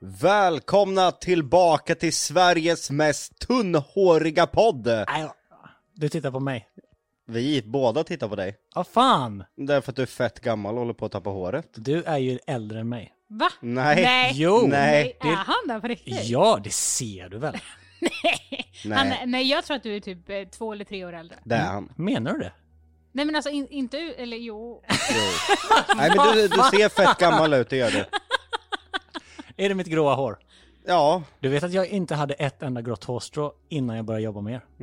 Välkomna tillbaka till Sveriges mest tunnhåriga podd. Du tittar på mig. Vi båda tittar på dig. Vad fan? Därför att du är fett gammal och håller på att tappa håret. Du är ju äldre än mig. Va? Nej. Jo. Nej. Är han där på riktigt? Ja, det ser du väl. Nej, jag tror att du är typ 2 eller 3 år äldre. Det är han. Menar du det? Nej men alltså inte, eller jo. Nej men du ser fett gammal ut, det gör du. Är det mitt gråa hår? Ja. Du vet att jag inte hade ett enda grått hårstrå innan jag började jobba med er.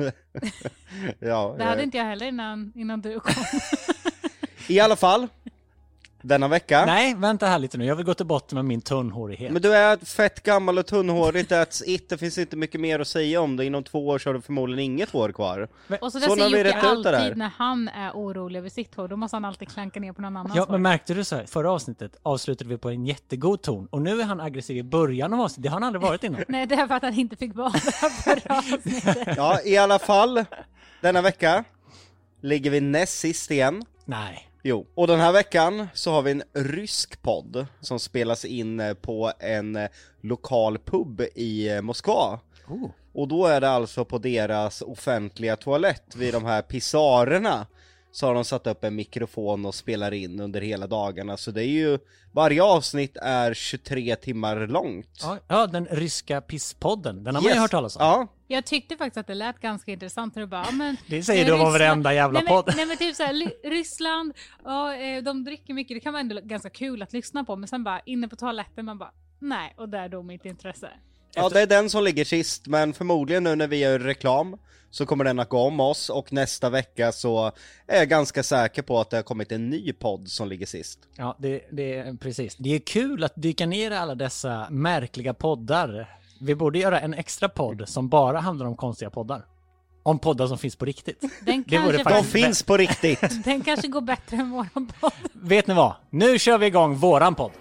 Ja. Det hade inte jag heller innan du kom. I alla fall. Denna vecka. Nej, vänta här lite nu. Jag vill gå till botten med min tunnhårighet. Men du är fett gammal och tunnhårig. That's it. Det finns inte mycket mer att säga om det. Inom 2 år så har du förmodligen inget hår kvar. Och så när säger vi Jocke rätt ut det där. alltid när han är orolig över sitt hår. Då måste han alltid klanka ner på någon annans Ja, hår. men märkte du så här? Förra avsnittet avslutade vi på en jättegod ton. Och nu är han aggressiv i början av avsnittet. Det har han aldrig varit innan. Nej, det är för att han inte fick vara förra avsnittet. Ja, i alla fall. Denna vecka ligger vi näst sist igen. Nej. Jo, och den här veckan så har vi en rysk podd som spelas in på en lokal pub i Moskva. Oh. Och då är det alltså på deras offentliga toalett vid de här pisarerna. Så har de satt upp en mikrofon och spelar in under hela dagarna. Så det är ju, varje avsnitt är 23 timmar långt. Ja, den ryska pisspodden. Den har man ju hört talas om. Ja. Jag tyckte faktiskt att det lät ganska intressant när du bara, men Det säger du om varenda jävla podd. Nej men typ såhär, Ryssland, de dricker mycket, det kan vara ändå ganska kul att lyssna på, men sen bara inne på toaletten man bara, nej, och där då mitt intresse. Ja, det är den som ligger sist, men förmodligen nu när vi gör reklam så kommer den att gå om oss, och nästa vecka så är jag ganska säker på att det har kommit en ny podd som ligger sist. Ja, det är precis. Det är kul att dyka ner i alla dessa märkliga poddar. Vi borde göra en extra podd som bara handlar om konstiga poddar. Om poddar som finns på riktigt. Den Det vore kanske, De faktiskt finns på riktigt. den kanske går bättre än våran podd. Vet ni vad? Nu kör vi igång våran podd.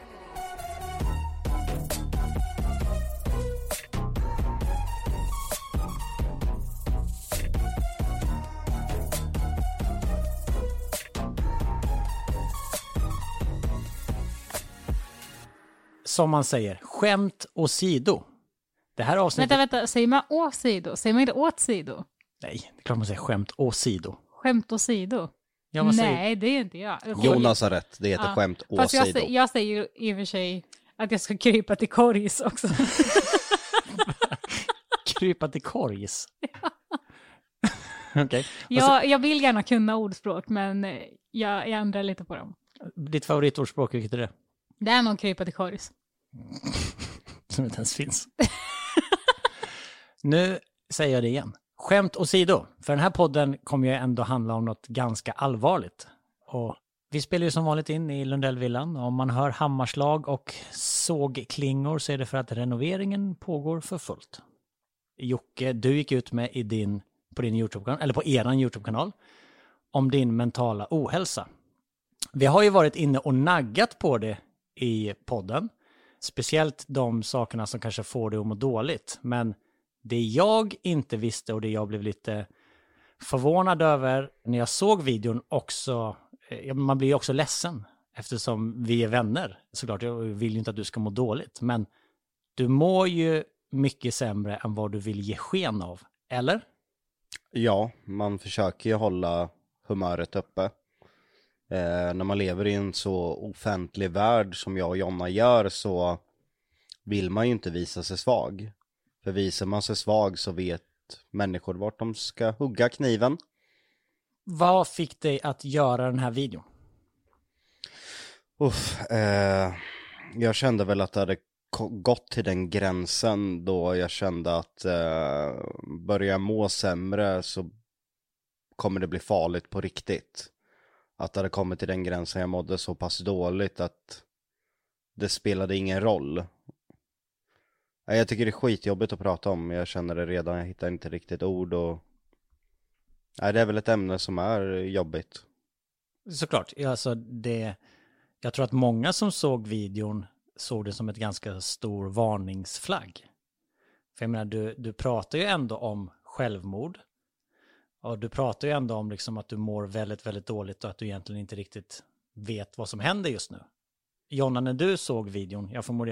Som man säger, skämt åsido. Det här avsnittet... Vänta, säger man åsido? Säger man inte åtsido? Nej, det är klart man säger skämt åsido. Skämt åsido? Ja, vad säger... Nej, det är inte jag. Jonas har rätt, det heter skämt Fast åsido. jag säger ju i och för sig att jag ska krypa till korgs också. Krypa till korgs. Okej. Jag vill gärna kunna ordspråk, men jag ändrar lite på dem. Ditt favoritordspråk, vilket är det? Det är nog krypa till korgs. Som inte ens finns. Nu säger jag det igen. Skämt åsido. För den här podden kommer ju ändå handla om något ganska allvarligt. Och vi spelar ju som vanligt in i Lundellvillan. Om man hör hammarslag och sågklingor så är det för att renoveringen pågår för fullt. Jocke, du gick ut med på din YouTube-kanal, eller på eran YouTube-kanal, om din mentala ohälsa. Vi har ju varit inne och naggat på det i podden. Speciellt de sakerna som kanske får dig att må dåligt. Men det jag inte visste och det jag blev lite förvånad över när jag såg videon också, man blir ju också ledsen eftersom vi är vänner. Såklart, jag vill ju inte att du ska må dåligt. Men du mår ju mycket sämre än vad du vill ge sken av, eller? Ja, man försöker ju hålla humöret uppe. När man lever i en så offentlig värld som jag och Jonna gör så vill man ju inte visa sig svag. För visar man sig svag så vet människor vart de ska hugga kniven. Vad fick dig att göra den här videon? Jag kände väl att det hade gått till den gränsen då jag kände att börja må sämre så kommer det bli farligt på riktigt. Att det hade kommit till den gränsen jag mådde så pass dåligt att det spelade ingen roll. Jag tycker det är skitjobbigt att prata om. Jag känner det redan, jag hittar inte riktigt ord och... Nej, det är väl ett ämne som är jobbigt. Såklart, alltså jag tror att många som såg videon såg det som ett ganska stor varningsflagg. För jag menar, du pratar ju ändå om självmord. Och du pratar ju ändå om liksom att du mår väldigt, väldigt dåligt och att du egentligen inte riktigt vet vad som händer just nu. Jonna, när du såg videon, jag förmodar att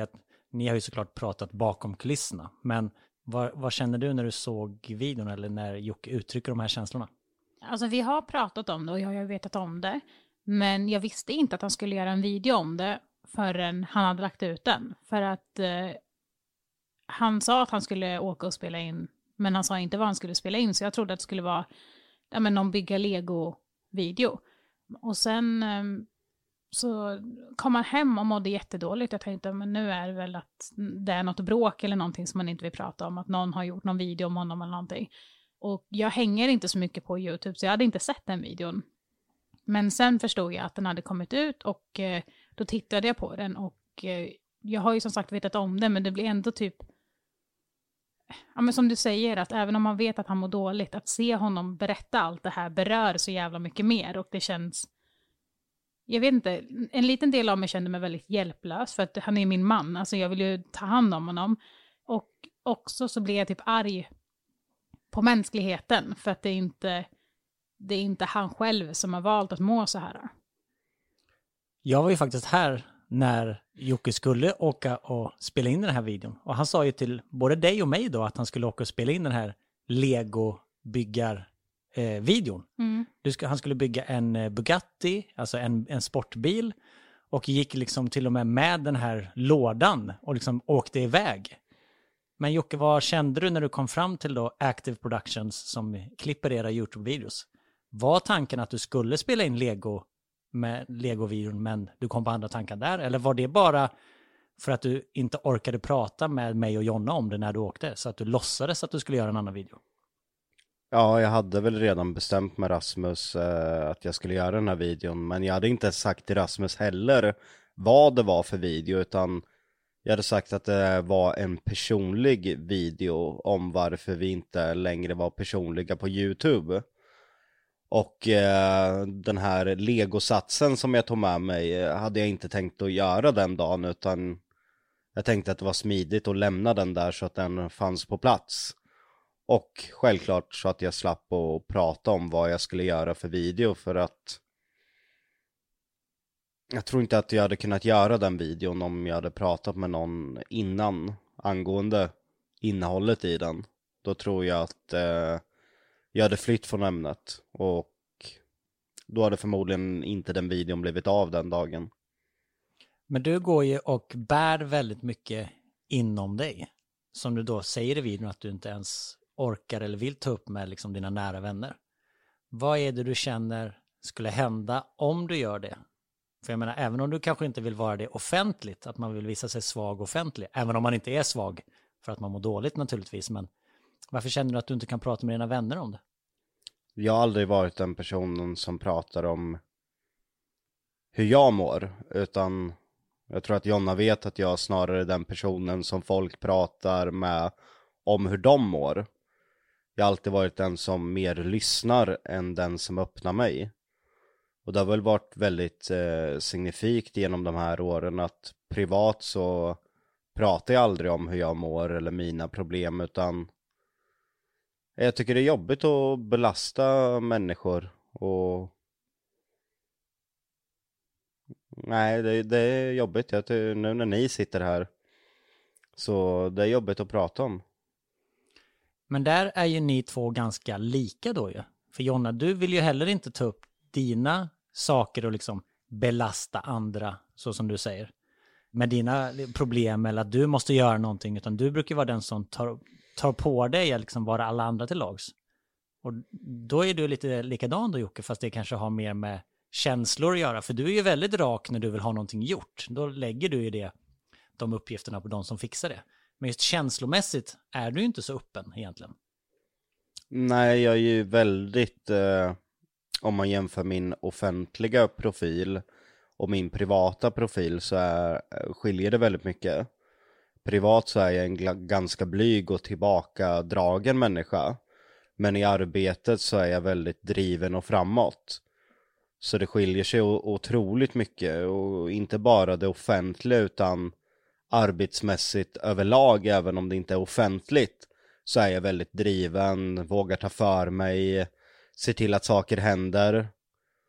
ni har ju såklart pratat bakom kulisserna. Men vad känner du när du såg videon eller när Jocke uttrycker de här känslorna? Alltså vi har pratat om det och jag har ju vetat om det. Men jag visste inte att han skulle göra en video om det förrän han hade lagt ut den. För att han sa att han skulle åka och spela in, men han sa inte vad han skulle spela in. Så jag trodde att det skulle vara någon bygga Lego-video. Och sen så kom han hem och mådde jättedåligt. Jag tänkte, men nu är det väl att det är något bråk eller någonting som man inte vill prata om. Att någon har gjort någon video om honom eller någonting. Och jag hänger inte så mycket på YouTube, så jag hade inte sett den videon. Men sen förstod jag att den hade kommit ut och då tittade jag på den. Och jag har ju som sagt vetat om det, men det blir ändå typ... Ja, men som du säger, att även om man vet att han mår dåligt, att se honom berätta allt det här berör så jävla mycket mer. Och det känns... Jag vet inte, en liten del av mig kände mig väldigt hjälplös, för att han är min man. Alltså jag vill ju ta hand om honom. Och också så blir jag typ arg på mänskligheten, för att det är inte han själv som har valt att må så här. Jag var ju faktiskt här när Jocke skulle åka och spela in den här videon. Och han sa ju till både dig och mig då att han skulle åka och spela in den här Lego-byggar-videon. Han skulle bygga en Bugatti, alltså en sportbil. Och gick liksom till och med den här lådan och liksom åkte iväg. Men Jocke, vad kände du när du kom fram till då Active Productions som klipper era YouTube-videos? Var tanken att du skulle spela in Lego-videon, men du kom på andra tankar där? Eller var det bara för att du inte orkade prata med mig och Jonna om det när du åkte, så att du låtsades att du skulle göra en annan video? Ja, jag hade väl redan bestämt med Rasmus att jag skulle göra den här videon. Men jag hade inte sagt till Rasmus heller vad det var för video, utan jag hade sagt att det var en personlig video om varför vi inte längre var personliga på YouTube. Och den här Lego-satsen som jag tog med mig hade jag inte tänkt att göra den dagen, utan jag tänkte att det var smidigt att lämna den där så att den fanns på plats. Och självklart så att jag slapp att prata om vad jag skulle göra för video, för att jag tror inte att jag hade kunnat göra den videon om jag hade pratat med någon innan angående innehållet i den. Då tror jag att jag hade flytt från ämnet, och då hade förmodligen inte den videon blivit av den dagen. Men du går ju och bär väldigt mycket inom dig, som du då säger i videon att du inte ens orkar eller vill ta upp med liksom dina nära vänner. Vad är det du känner skulle hända om du gör det? För jag menar, även om du kanske inte vill vara det offentligt, att man vill visa sig svag offentligt, även om man inte är svag för att man mår dåligt naturligtvis, men varför känner du att du inte kan prata med dina vänner om det? Jag har aldrig varit den personen som pratar om hur jag mår, utan jag tror att Jonna vet att jag snarare är den personen som folk pratar med om hur de mår. Jag har alltid varit den som mer lyssnar än den som öppnar mig. Och det har väl varit väldigt signifikt genom de här åren att privat så pratar jag aldrig om hur jag mår eller mina problem, utan jag tycker det är jobbigt att belasta människor. Och nej, det är jobbigt. Nu när ni sitter här, så det är jobbigt att prata om. Men där är ju ni två ganska lika då ju. För Jonna, du vill ju heller inte ta upp dina saker och liksom belasta andra, så som du säger, med dina problem eller att du måste göra någonting, utan du brukar vara den som tar på dig att liksom vara alla andra till lags. Och då är du lite likadan då, Jocke, fast det kanske har mer med känslor att göra, för du är ju väldigt rak när du vill ha någonting gjort. Då lägger du ju de uppgifterna på de som fixar det. Men just känslomässigt är du inte så öppen egentligen. Nej, jag är ju väldigt, om man jämför min offentliga profil och min privata profil, så skiljer det väldigt mycket. Privat så är jag en ganska blyg och tillbakadragen människa. Men i arbetet så är jag väldigt driven och framåt. Så det skiljer sig otroligt mycket. Och inte bara det offentliga, utan arbetsmässigt överlag, även om det inte är offentligt, så är jag väldigt driven, vågar ta för mig, ser till att saker händer.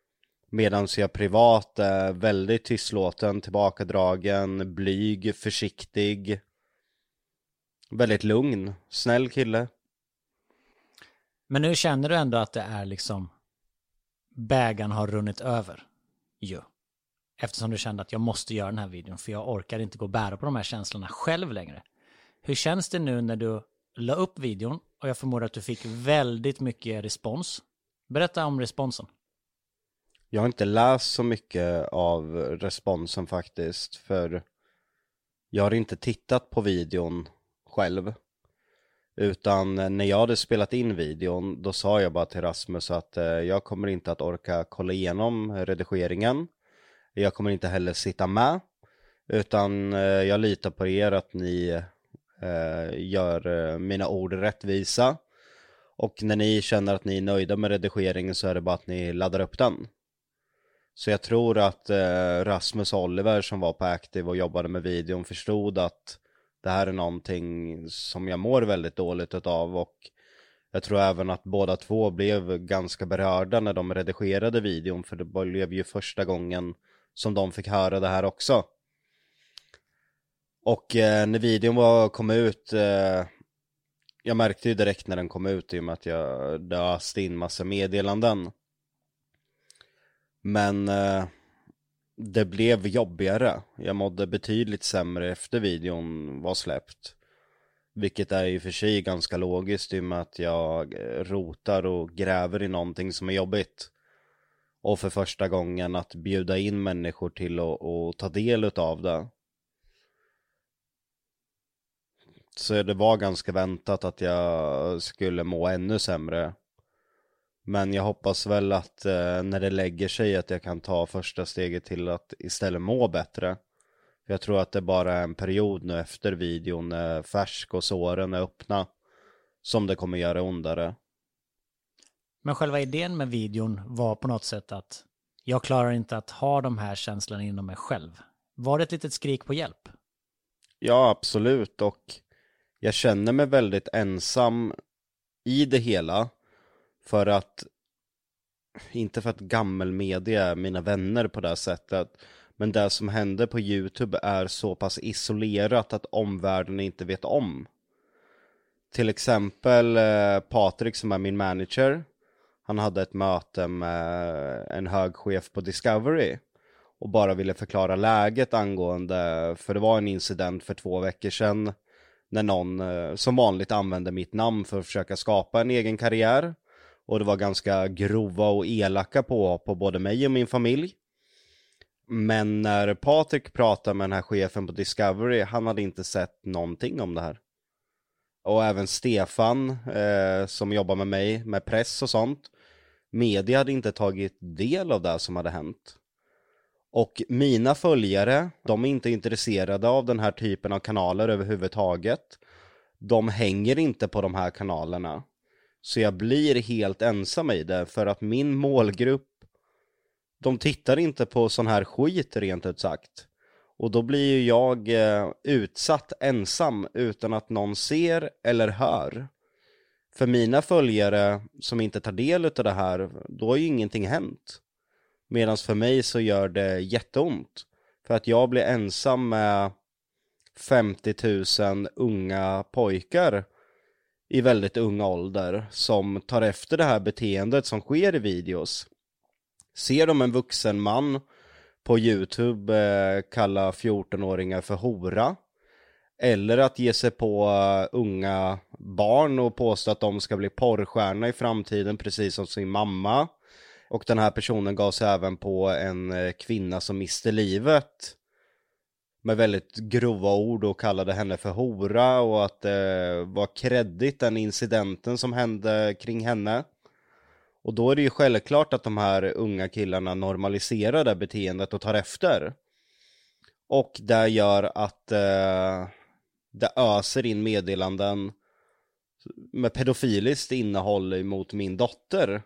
Medan jag privat är väldigt tystlåten, tillbakadragen, blyg, försiktig. Väldigt lugn, snäll kille. Men nu känner du ändå att det är liksom bägaren har runnit över. Jo. Eftersom du kände att jag måste göra den här videon för jag orkar inte gå och bära på de här känslorna själv längre. Hur känns det nu när du la upp videon och jag förmodar att du fick väldigt mycket respons? Berätta om responsen. Jag har inte läst så mycket av responsen faktiskt, för jag har inte tittat på videon själv. Utan när jag hade spelat in videon, då sa jag bara till Rasmus att jag kommer inte att orka kolla igenom redigeringen. Jag kommer inte heller sitta med, utan jag litar på er att ni gör mina ord rättvisa. Och när ni känner att ni är nöjda med redigeringen så är det bara att ni laddar upp den. Så jag tror att Rasmus och Oliver som var på Active och jobbade med videon förstod att det här är någonting som jag mår väldigt dåligt utav. Och jag tror även att båda två blev ganska berörda när de redigerade videon, för det blev ju första gången som de fick höra det här också. Och när videon kom ut, jag märkte ju direkt när den kom ut i och med att jag öste in massa meddelanden. Men det blev jobbigare. Jag mådde betydligt sämre efter videon var släppt. Vilket är ju för sig ganska logiskt i och med att jag rotar och gräver i någonting som är jobbigt. Och för första gången att bjuda in människor till att ta del av det. Så det var ganska väntat att jag skulle må ännu sämre. Men jag hoppas väl att när det lägger sig att jag kan ta första steget till att istället må bättre. För jag tror att det bara är en period nu efter videon är färsk och såren är öppna som det kommer göra ondare. Men själva idén med videon var på något sätt att jag klarar inte att ha de här känslorna inom mig själv. Var det ett litet skrik på hjälp? Ja, absolut. Och jag känner mig väldigt ensam i det hela. För att, inte för att gammelmedia är mina vänner på det här sättet, men det som händer på YouTube är så pass isolerat att omvärlden inte vet om. Till exempel Patrik som är min manager, han hade ett möte med en hög chef på Discovery och bara ville förklara läget angående, för det var en incident för 2 veckor sedan när någon som vanligt använde mitt namn för att försöka skapa en egen karriär. Och det var ganska grova och elaka på både mig och min familj. Men när Patrik pratade med den här chefen på Discovery, han hade inte sett någonting om det här. Och även Stefan som jobbar med mig med press och sånt. Media hade inte tagit del av det som hade hänt. Och mina följare, de är inte intresserade av den här typen av kanaler överhuvudtaget. De hänger inte på de här kanalerna. Så jag blir helt ensam i det, för att min målgrupp, de tittar inte på sån här skit rent ut sagt. Och då blir ju jag utsatt ensam utan att någon ser eller hör. För mina följare som inte tar del av det här, då har ju ingenting hänt. Medan för mig så gör det jätteont. För att jag blir ensam med 50 000 unga pojkar i väldigt unga ålder som tar efter det här beteendet som sker i videos. Ser de en vuxen man på YouTube kalla 14-åringar för hora, eller att ge sig på unga barn och påstå att de ska bli porrstjärna i framtiden precis som sin mamma. Och den här personen gav sig även på en kvinna som miste livet med väldigt grova ord och kallade henne för hora, och att det var kreddigt den incidenten som hände kring henne. Och då är det ju självklart att de här unga killarna normaliserar det beteendet och tar efter. Och det gör att det öser in meddelanden med pedofiliskt innehåll mot min dotter.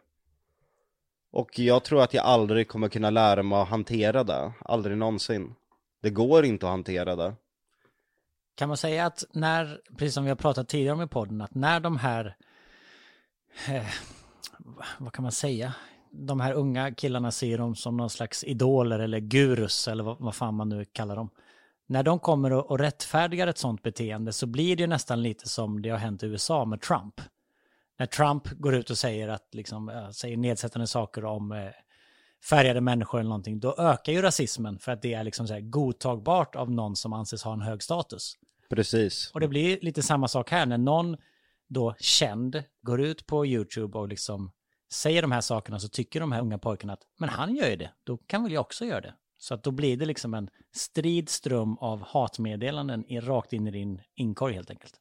Och jag tror att jag aldrig kommer kunna lära mig att hantera det. Aldrig någonsin. Det går inte att hantera det. Kan man säga att när, precis som vi har pratat tidigare om i podden, att när de här, vad kan man säga? de här unga killarna ser dem som någon slags idoler eller gurus eller vad fan man nu kallar dem. När de kommer och rättfärdigar ett sånt beteende så blir det ju nästan lite som det har hänt i USA med Trump. När Trump går ut och säger att liksom, säger nedsättande saker om färgade människor eller någonting, då ökar ju rasismen för att det är liksom så här godtagbart av någon som anses ha en hög status. Precis. Och det blir lite samma sak här när någon då känd går ut på YouTube och liksom säger de här sakerna, så tycker de här unga pojkarna att men han gör ju det, då kan väl jag också göra det. Så att då blir det liksom en strid ström av hatmeddelanden rakt in i din inkorg helt enkelt.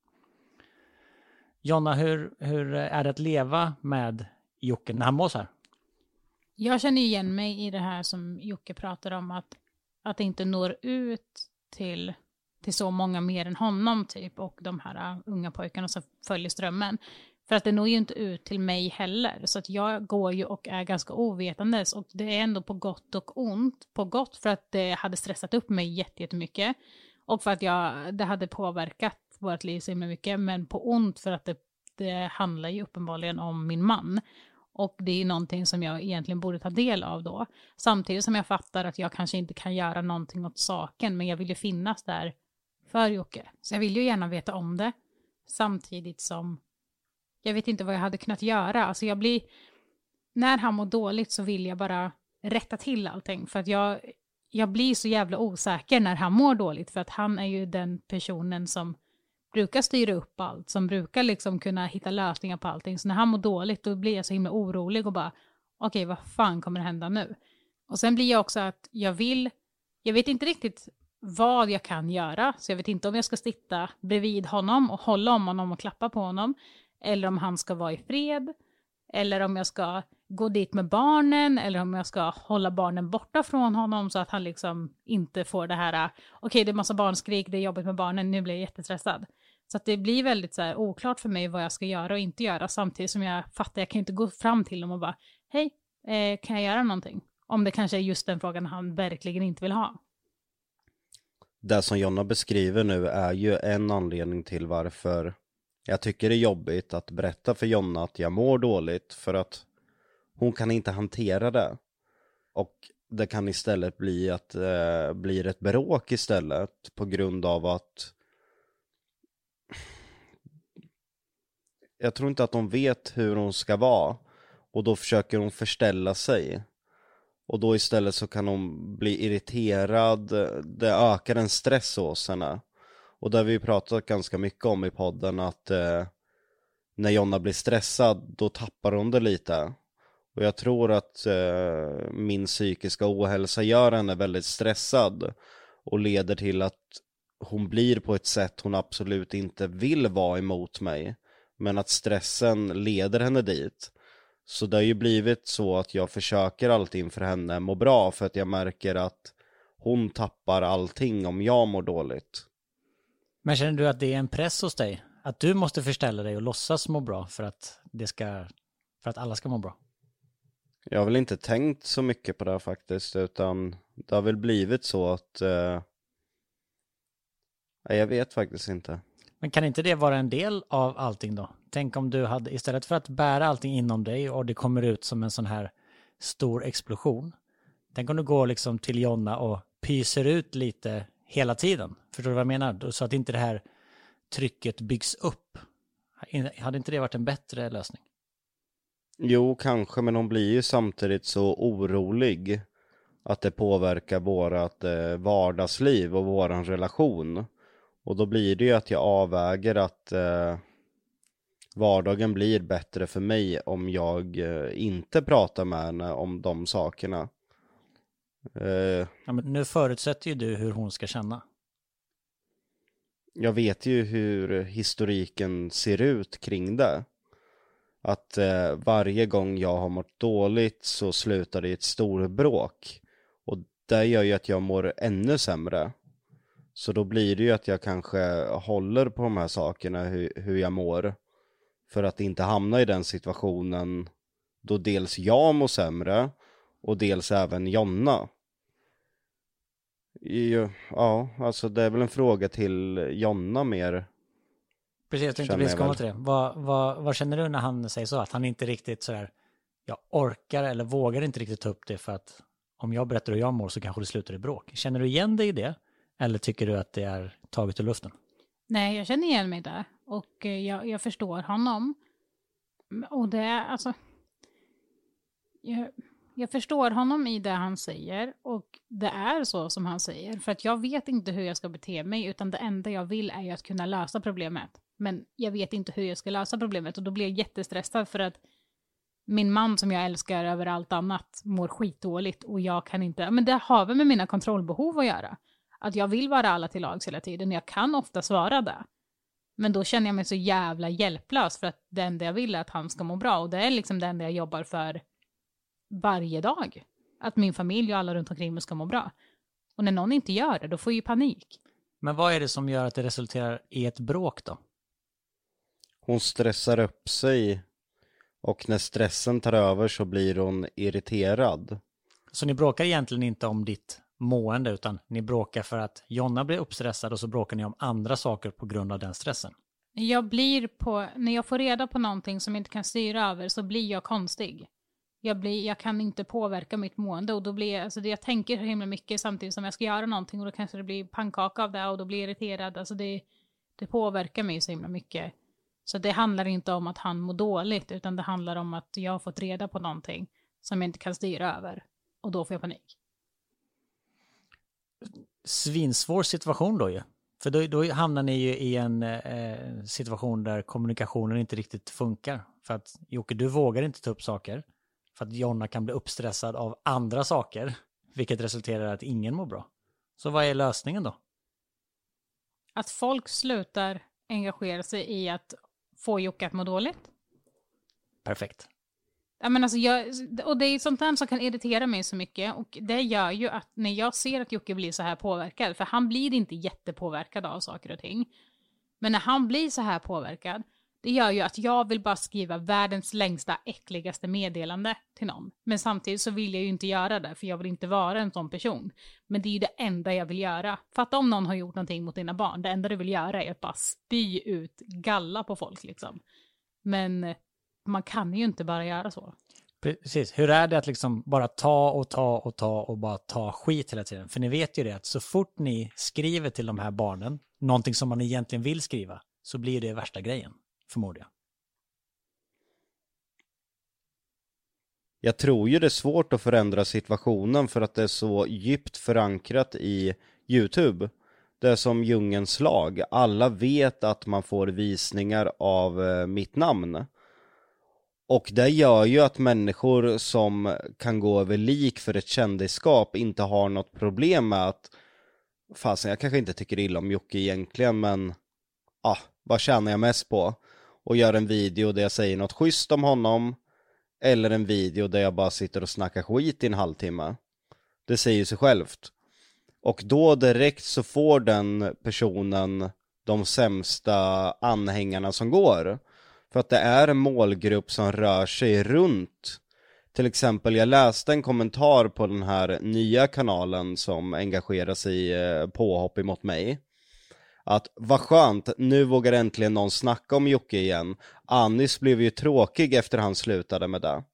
Jonna, hur är det att leva med Jocke när han mår så här? Jag känner igen mig i det här som Jocke pratar om, att det inte når ut till så många mer än honom typ, och de här unga pojkarna som följer strömmen. För att det når ju inte ut till mig heller. Så att jag går ju och är ganska ovetandes. Och det är ändå på gott och ont. På gott för att det hade stressat upp mig jättemycket. Och för att det hade påverkat vårt liv så mycket. Men på ont för att det handlar ju uppenbarligen om min man. Och det är ju någonting som jag egentligen borde ta del av då. Samtidigt som jag fattar att jag kanske inte kan göra någonting åt saken. Men jag vill ju finnas där för Jocke. Så jag vill ju gärna veta om det. Samtidigt som jag vet inte vad jag hade kunnat göra. Alltså när han mår dåligt så vill jag bara rätta till allting. För att jag blir så jävla osäker när han mår dåligt. För att han är ju den personen som brukar styra upp allt. Som brukar liksom kunna hitta lösningar på allting. Så när han mår dåligt då blir jag så himla orolig och bara okej, vad fan kommer att hända nu? Och sen blir jag också att jag vet inte riktigt vad jag kan göra. Så jag vet inte om jag ska sitta bredvid honom och hålla om honom och klappa på honom. Eller om han ska vara i fred. Eller om jag ska gå dit med barnen. Eller om jag ska hålla barnen borta från honom. Så att han liksom inte får det här. Okej, det är massa barnskrik. Det är jobbigt med barnen. Nu blir jag jättestressad. Så att det blir väldigt så här, oklart för mig vad jag ska göra och inte göra. Samtidigt som jag fattar. Jag kan inte gå fram till honom och bara. Hej, kan jag göra någonting? Om det kanske är just den frågan han verkligen inte vill ha. Det som Jonna beskriver nu är ju en anledning till varför jag tycker det är jobbigt att berätta för Jonna att jag mår dåligt, för att hon kan inte hantera det. Och det kan istället bli att det blir ett bråk istället på grund av att jag tror inte att hon vet hur hon ska vara, och då försöker hon förställa sig. Och då istället så kan hon bli irriterad, det ökar en stress hos henne. Och det har vi pratat ganska mycket om i podden, att när Jonna blir stressad då tappar hon det lite. Och jag tror att min psykiska ohälsa gör henne väldigt stressad och leder till att hon blir på ett sätt hon absolut inte vill vara emot mig. Men att stressen leder henne dit. Så det har ju blivit så att jag försöker alltid inför henne må bra, för att jag märker att hon tappar allting om jag mår dåligt. Men känner du att det är en press hos dig? Att du måste förställa dig och låtsas må bra för att alla ska må bra? Jag har väl inte tänkt så mycket på det faktiskt, utan det har väl blivit så att jag vet faktiskt inte. Men kan inte det vara en del av allting då? Tänk om du hade, istället för att bära allting inom dig och det kommer ut som en sån här stor explosion. Tänk om du går liksom till Jonna och pyser ut lite hela tiden. Förstår du vad jag menar? Så att inte det här trycket byggs upp. Hade inte det varit en bättre lösning? Jo, kanske, men hon blir ju samtidigt så orolig att det påverkar vårat vardagsliv och våran relation. Och då blir det ju att jag avväger att vardagen blir bättre för mig om jag inte pratar med henne om de sakerna. Ja, men nu förutsätter ju du hur hon ska känna. Jag vet ju hur historiken ser ut kring det. Att varje gång jag har mått dåligt så slutar det i ett storbråk. Och det gör ju att jag mår ännu sämre. Så då blir det ju att jag kanske håller på de här sakerna, hur jag mår. För att inte hamna i den situationen då dels jag mår sämre och dels även Jonna. Ja, alltså det är väl en fråga till Jonna mer. Precis, jag tänkte precis komma till det. Vad känner du när han säger så? Att han inte riktigt så här jag orkar eller vågar inte riktigt ta upp det för att om jag berättar hur jag mår så kanske det slutar i bråk. Känner du igen dig i det? Eller tycker du att det är taget ur luften? Nej, jag känner igen mig där. Och jag förstår honom. Och det är alltså... Jag förstår honom i det han säger. Och det är så som han säger. För att jag vet inte hur jag ska bete mig. Utan det enda jag vill är ju att kunna lösa problemet. Men jag vet inte hur jag ska lösa problemet. Och då blir jag jättestressad för att min man som jag älskar över allt annat mår skitdåligt. Och jag kan inte... Men det har väl med mina kontrollbehov att göra. Att jag vill vara alla till lags hela tiden. Jag kan ofta svara det. Men då känner jag mig så jävla hjälplös. För att det enda jag vill är att han ska må bra. Och det är liksom det enda jag jobbar för varje dag. Att min familj och alla runt omkring mig ska må bra. Och när någon inte gör det, då får jag ju panik. Men vad är det som gör att det resulterar i ett bråk då? Hon stressar upp sig. Och när stressen tar över så blir hon irriterad. Så ni bråkar egentligen inte om ditt mående utan ni bråkar för att Jonna blir uppstressad och så bråkar ni om andra saker på grund av den stressen. När jag får reda på någonting som jag inte kan styra över så blir jag konstig. Jag kan inte påverka mitt mående och då blir jag, alltså jag tänker så himla mycket samtidigt som jag ska göra någonting och då kanske det blir pannkaka av det och då blir jag irriterad. Alltså det påverkar mig så himla mycket. Så det handlar inte om att han mår dåligt utan det handlar om att jag har fått reda på någonting som jag inte kan styra över och då får jag panik. Svinsvår situation då ju. För då hamnar ni ju i en situation där kommunikationen inte riktigt funkar. För att Jocke, du vågar inte ta upp saker. För att Jonna kan bli uppstressad av andra saker. Vilket resulterar i att ingen mår bra. Så vad är lösningen då? Att folk slutar engagera sig i att få Jocke att må dåligt. Perfekt. Ja, men alltså och det är sånt där som kan irritera mig så mycket. Och det gör ju att när jag ser att Jocke blir så här påverkad. För han blir inte jättepåverkad av saker och ting. Men när han blir så här påverkad. Det gör ju att jag vill bara skriva världens längsta, äckligaste meddelande till någon. Men samtidigt så vill jag ju inte göra det. För jag vill inte vara en sån person. Men det är ju det enda jag vill göra. Fatta om någon har gjort någonting mot dina barn. Det enda du vill göra är att bara spy ut galla på folk liksom. Men man kan ju inte bara göra så. Precis. Hur är det att liksom bara ta och bara ta skit hela tiden? För ni vet ju det att så fort ni skriver till de här barnen någonting som man egentligen vill skriva så blir det värsta grejen, förmodligen. Jag tror ju det är svårt att förändra situationen för att det är så djupt förankrat i YouTube. Det är som djungelns lag. Alla vet att man får visningar av mitt namn. Och det gör ju att människor som kan gå över lik för ett kändisskap inte har något problem med att fasen, jag kanske inte tycker illa om Jocke egentligen, men vad tjänar jag mest på? Och gör en video där jag säger något schysst om honom eller en video där jag bara sitter och snackar skit i en halvtimme. Det säger sig självt. Och då direkt så får den personen de sämsta anhängarna som går. För att det är en målgrupp som rör sig runt. Till exempel, jag läste en kommentar på den här nya kanalen som engagerar sig i påhopp emot mig. Att vad skönt, nu vågar äntligen någon snacka om Jocke igen. Anis blev ju tråkig efter han slutade med det.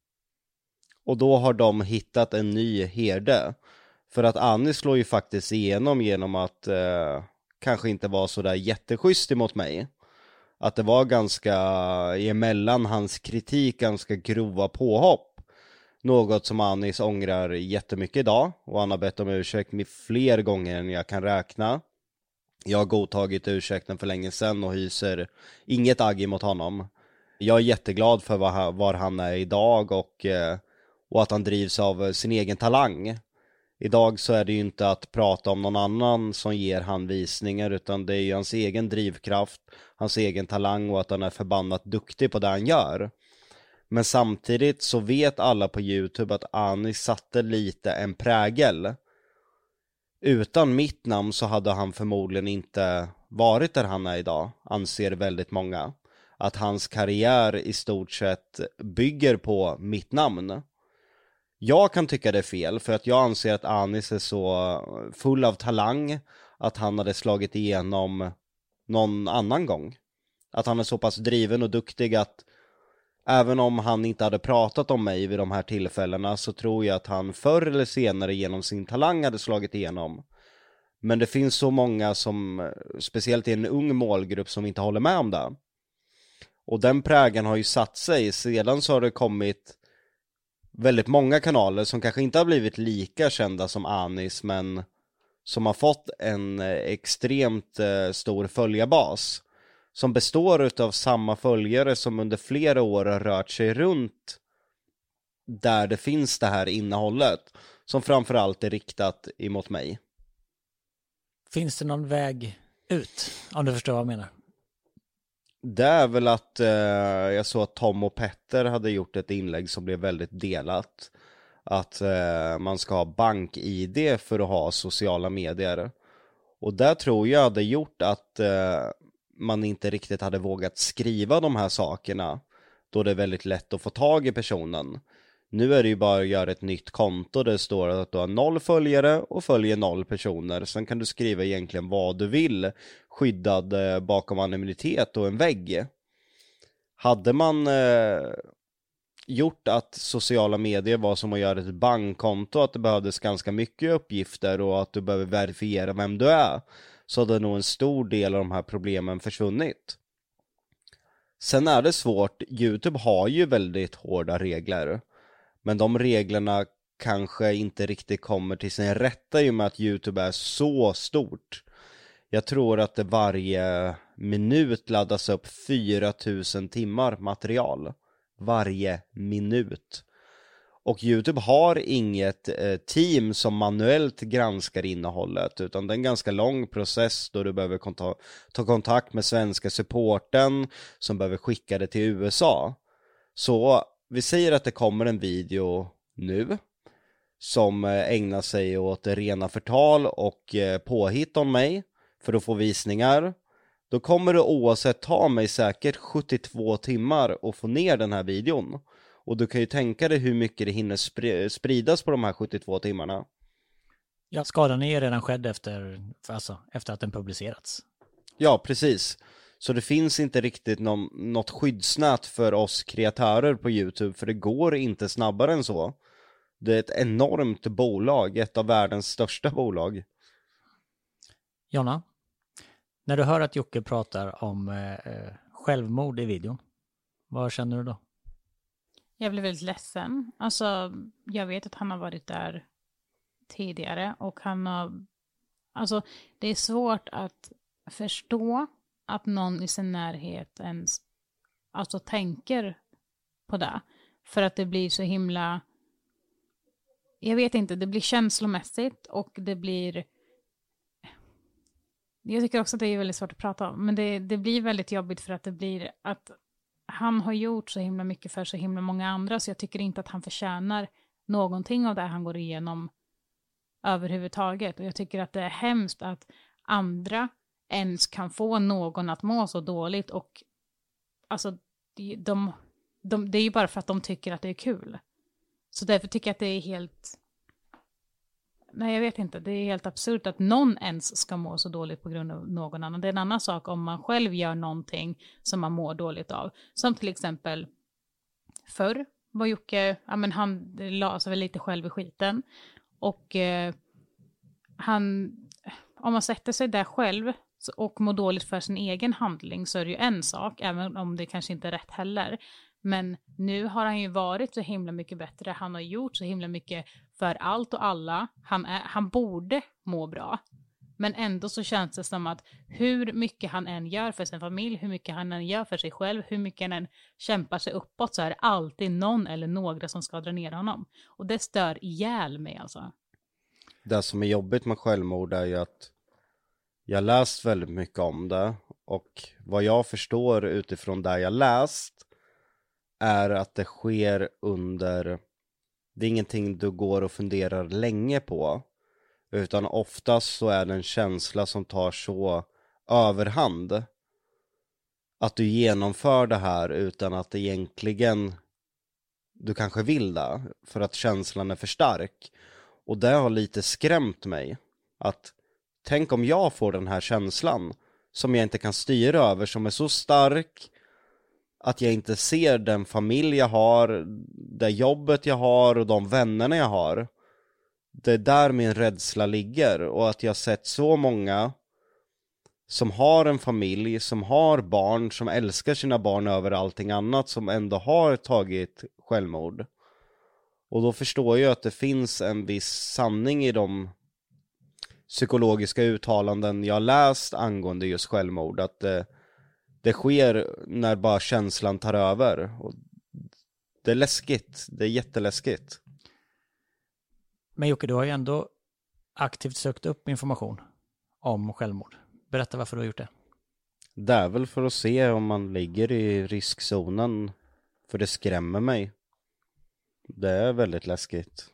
Och då har de hittat en ny herde. För att Anis slår ju faktiskt igenom genom att kanske inte vara så där jätteschysst emot mig. Att det var ganska emellan hans kritik ganska grova påhopp. Något som Anis ångrar jättemycket idag. Och han har bett om ursäkt med fler gånger än jag kan räkna. Jag har godtagit ursäkten för länge sedan och hyser inget agg mot honom. Jag är jätteglad för var han är idag och att han drivs av sin egen talang. Idag så är det ju inte att prata om någon annan som ger han visningar, utan det är ju hans egen drivkraft, hans egen talang och att han är förbannat duktig på det han gör. Men samtidigt så vet alla på YouTube att Anis satte lite en prägel. Utan mitt namn så hade han förmodligen inte varit där han är idag, anser väldigt många. Att hans karriär i stort sett bygger på mitt namn. Jag kan tycka det är fel för att jag anser att Anis är så full av talang att han hade slagit igenom någon annan gång. Att han är så pass driven och duktig att även om han inte hade pratat om mig vid de här tillfällena, så tror jag att han förr eller senare genom sin talang hade slagit igenom. Men det finns så många som, speciellt i en ung målgrupp, som inte håller med om det. Och den prägen har ju satt sig. Sedan så har det kommit väldigt många kanaler som kanske inte har blivit lika kända som Anis, men som har fått en extremt stor följarbas. Som består utav samma följare som under flera år har rört sig runt där det finns det här innehållet. Som framförallt är riktat emot mig. Finns det någon väg ut, om du förstår vad jag menar? Det är väl att jag såg att Tom och Petter hade gjort ett inlägg som blev väldigt delat. Att man ska ha bank-ID för att ha sociala medier. Och där tror jag hade gjort att man inte riktigt hade vågat skriva de här sakerna. Då det är väldigt lätt att få tag i personen. Nu är det ju bara att göra ett nytt konto där det står att du har 0 följare och följer 0 personer. Sen kan du skriva egentligen vad du vill, skyddad bakom anonymitet och en vägg. Hade man gjort att sociala medier var som att göra ett bankkonto, att det behövdes ganska mycket uppgifter och att du behöver verifiera vem du är, så hade nog en stor del av de här problemen försvunnit. Sen är det svårt, YouTube har ju väldigt hårda regler. Men de reglerna kanske inte riktigt kommer till sin rätta i och med att YouTube är så stort. Jag tror att det varje minut laddas upp 4000 timmar material. Varje minut. Och YouTube har inget team som manuellt granskar innehållet, utan det är en ganska lång process då du behöver ta kontakt med svenska supporten som behöver skicka det till USA. Så vi säger att det kommer en video nu som ägnar sig åt rena förtal och påhitt om mig för att få visningar. Då kommer det oavsett ta mig säkert 72 timmar att få ner den här videon. Och du kan ju tänka dig hur mycket det hinner spridas på de här 72 timmarna. Ja, skadan är ju redan skedd efter att den publicerats. Ja, precis. Så det finns inte riktigt något skyddsnät för oss kreatörer på YouTube, för det går inte snabbare än så. Det är ett enormt bolag, ett av världens största bolag. Jonna, när du hör att Jocke pratar om självmord i videon, vad känner du då? Jag blir väldigt ledsen. Alltså, jag vet att han har varit där tidigare och han har... Alltså, det är svårt att förstå att någon i sin närhet ens tänker på det. För att det blir så himla... Jag vet inte, det blir känslomässigt och det blir... Jag tycker också att det är väldigt svårt att prata om. Men det blir väldigt jobbigt för att det blir att han har gjort så himla mycket för så himla många andra. Så jag tycker inte att han förtjänar någonting av det han går igenom överhuvudtaget. Och jag tycker att det är hemskt att andra ens kan få någon att må så dåligt. Och alltså, det är ju bara för att de tycker att det är kul. Så därför tycker jag att det är helt... Nej, jag vet inte. Det är helt absurt att någon ens ska må så dåligt på grund av någon annan. Det är en annan sak om man själv gör någonting som man mår dåligt av. Som till exempel förr var Jocke, ja men han la sig väl lite själv i skiten. Och om man sätter sig där själv och mår dåligt för sin egen handling, så är det ju en sak, även om det kanske inte är rätt heller. Men nu har han ju varit så himla mycket bättre. Han har gjort så himla mycket för allt och alla. Han borde må bra. Men ändå så känns det som att hur mycket han än gör för sin familj, hur mycket han än gör för sig själv, hur mycket han än kämpar sig uppåt, så är det alltid någon eller några som ska dra ner honom. Och det stör ihjäl mig alltså. Det som är jobbigt med självmord är ju att jag läst väldigt mycket om det. Och vad jag förstår utifrån det jag läst är att det sker under... Det är ingenting du går och funderar länge på. Utan oftast så är det en känsla som tar så överhand att du genomför det här utan att egentligen du kanske vill det, för att känslan är för stark. Och det har lite skrämt mig. Att tänk om jag får den här känslan som jag inte kan styra över, som är så stark att jag inte ser den familj jag har, det jobbet jag har och de vännerna jag har. Det är där min rädsla ligger, och att jag har sett så många som har en familj, som har barn, som älskar sina barn över allting annat, som ändå har tagit självmord. Och då förstår jag att det finns en viss sanning i de psykologiska uttalanden jag läst angående just självmord, att det sker när bara känslan tar över. Och det är läskigt, det är jätteläskigt. Men Jocke, du har ju ändå aktivt sökt upp information om självmord. Berätta varför du har gjort det. Det är väl för att se om man ligger i riskzonen, för det skrämmer mig. Det är väldigt läskigt.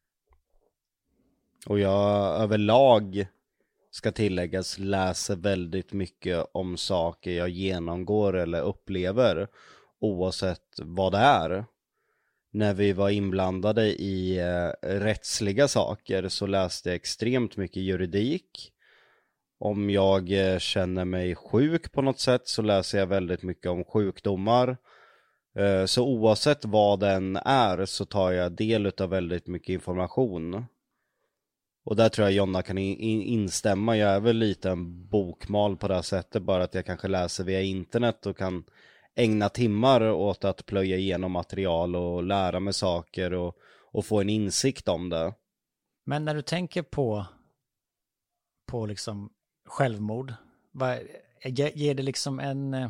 Och jag överlag, ska tilläggas, läser väldigt mycket om saker jag genomgår eller upplever, oavsett vad det är. När vi var inblandade i rättsliga saker så läste jag extremt mycket juridik. Om jag känner mig sjuk på något sätt så läser jag väldigt mycket om sjukdomar. Så oavsett vad den är så tar jag del av väldigt mycket information. Och där tror jag Jonna kan instämma. Jag är väl lite en bokmal på det här sättet, bara att jag kanske läser via internet och kan ägna timmar åt att plöja igenom material och lära mig saker och få en insikt om det. Men när du tänker på liksom självmord, ger det liksom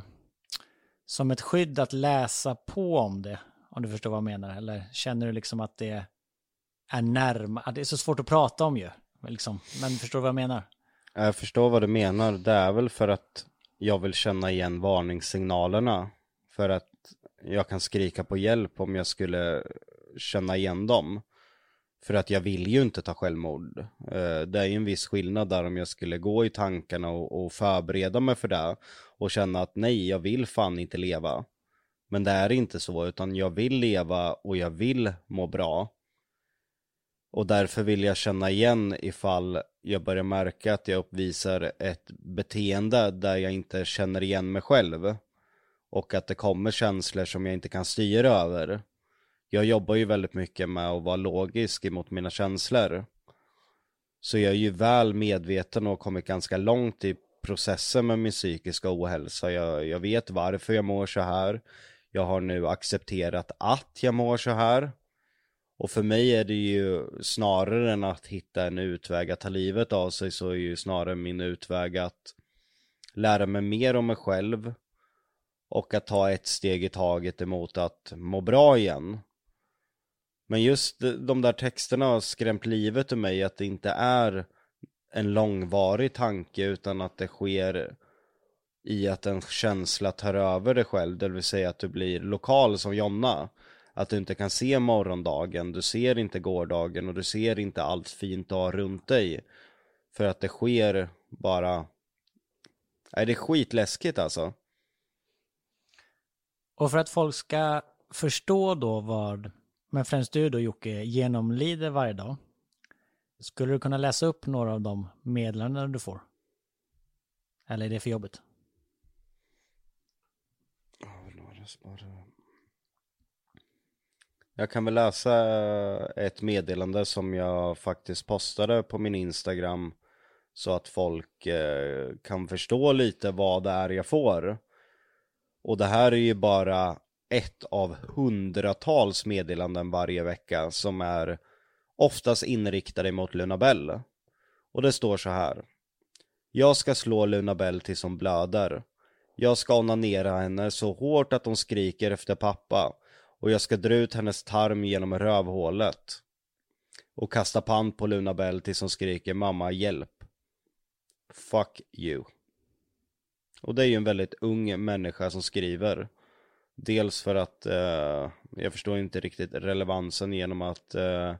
som ett skydd att läsa på om det, om du förstår vad jag menar? Eller känner du liksom att det är närmare, det är så svårt att prata om ju, liksom. Men förstår du vad jag menar? Jag förstår vad du menar. Det är väl för att jag vill känna igen varningssignalerna, för att jag kan skrika på hjälp om jag skulle känna igen dem. För att jag vill ju inte ta självmord. Det är ju en viss skillnad där om jag skulle gå i tankarna och förbereda mig för det och känna att nej, jag vill fan inte leva. Men det är inte så, utan jag vill leva och jag vill må bra. Och därför vill jag känna igen ifall jag börjar märka att jag uppvisar ett beteende där jag inte känner igen mig själv. Och att det kommer känslor som jag inte kan styra över. Jag jobbar ju väldigt mycket med att vara logisk emot mina känslor. Så jag är ju väl medveten och har kommit ganska långt i processen med min psykiska ohälsa. Jag vet varför jag mår så här. Jag har nu accepterat att jag mår så här. Och för mig är det ju snarare än att hitta en utväg att ta livet av sig, så är ju snarare min utväg att lära mig mer om mig själv och att ta ett steg i taget emot att må bra igen. Men just de där texterna har skrämt livet ur mig, att det inte är en långvarig tanke utan att det sker i att en känsla tar över dig själv, det vill säga att du blir lokal som Jonna. Att du inte kan se morgondagen, du ser inte gårdagen och du ser inte allt fint du har runt dig. För att det sker bara... Nej, det är skitläskigt alltså. Och för att folk ska förstå då vad, men främst du då Jocke, genomlider varje dag, skulle du kunna läsa upp några av de meddelanden du får? Eller är det för jobbigt? Jag kan väl läsa ett meddelande som jag faktiskt postade på min Instagram, så att folk kan förstå lite vad det är jag får. Och det här är ju bara ett av hundratals meddelanden varje vecka som är oftast inriktade mot Luna Bell. Och det står så här: jag ska slå Luna Bell tills hon blöder. Jag ska onanera henne så hårt att hon skriker efter pappa. Och jag ska dra ut hennes tarm genom rövhålet. Och kasta pant på Luna Bell tills hon skriker mamma hjälp. Fuck you. Och det är ju en väldigt ung människa som skriver. Dels för att jag förstår inte riktigt relevansen genom att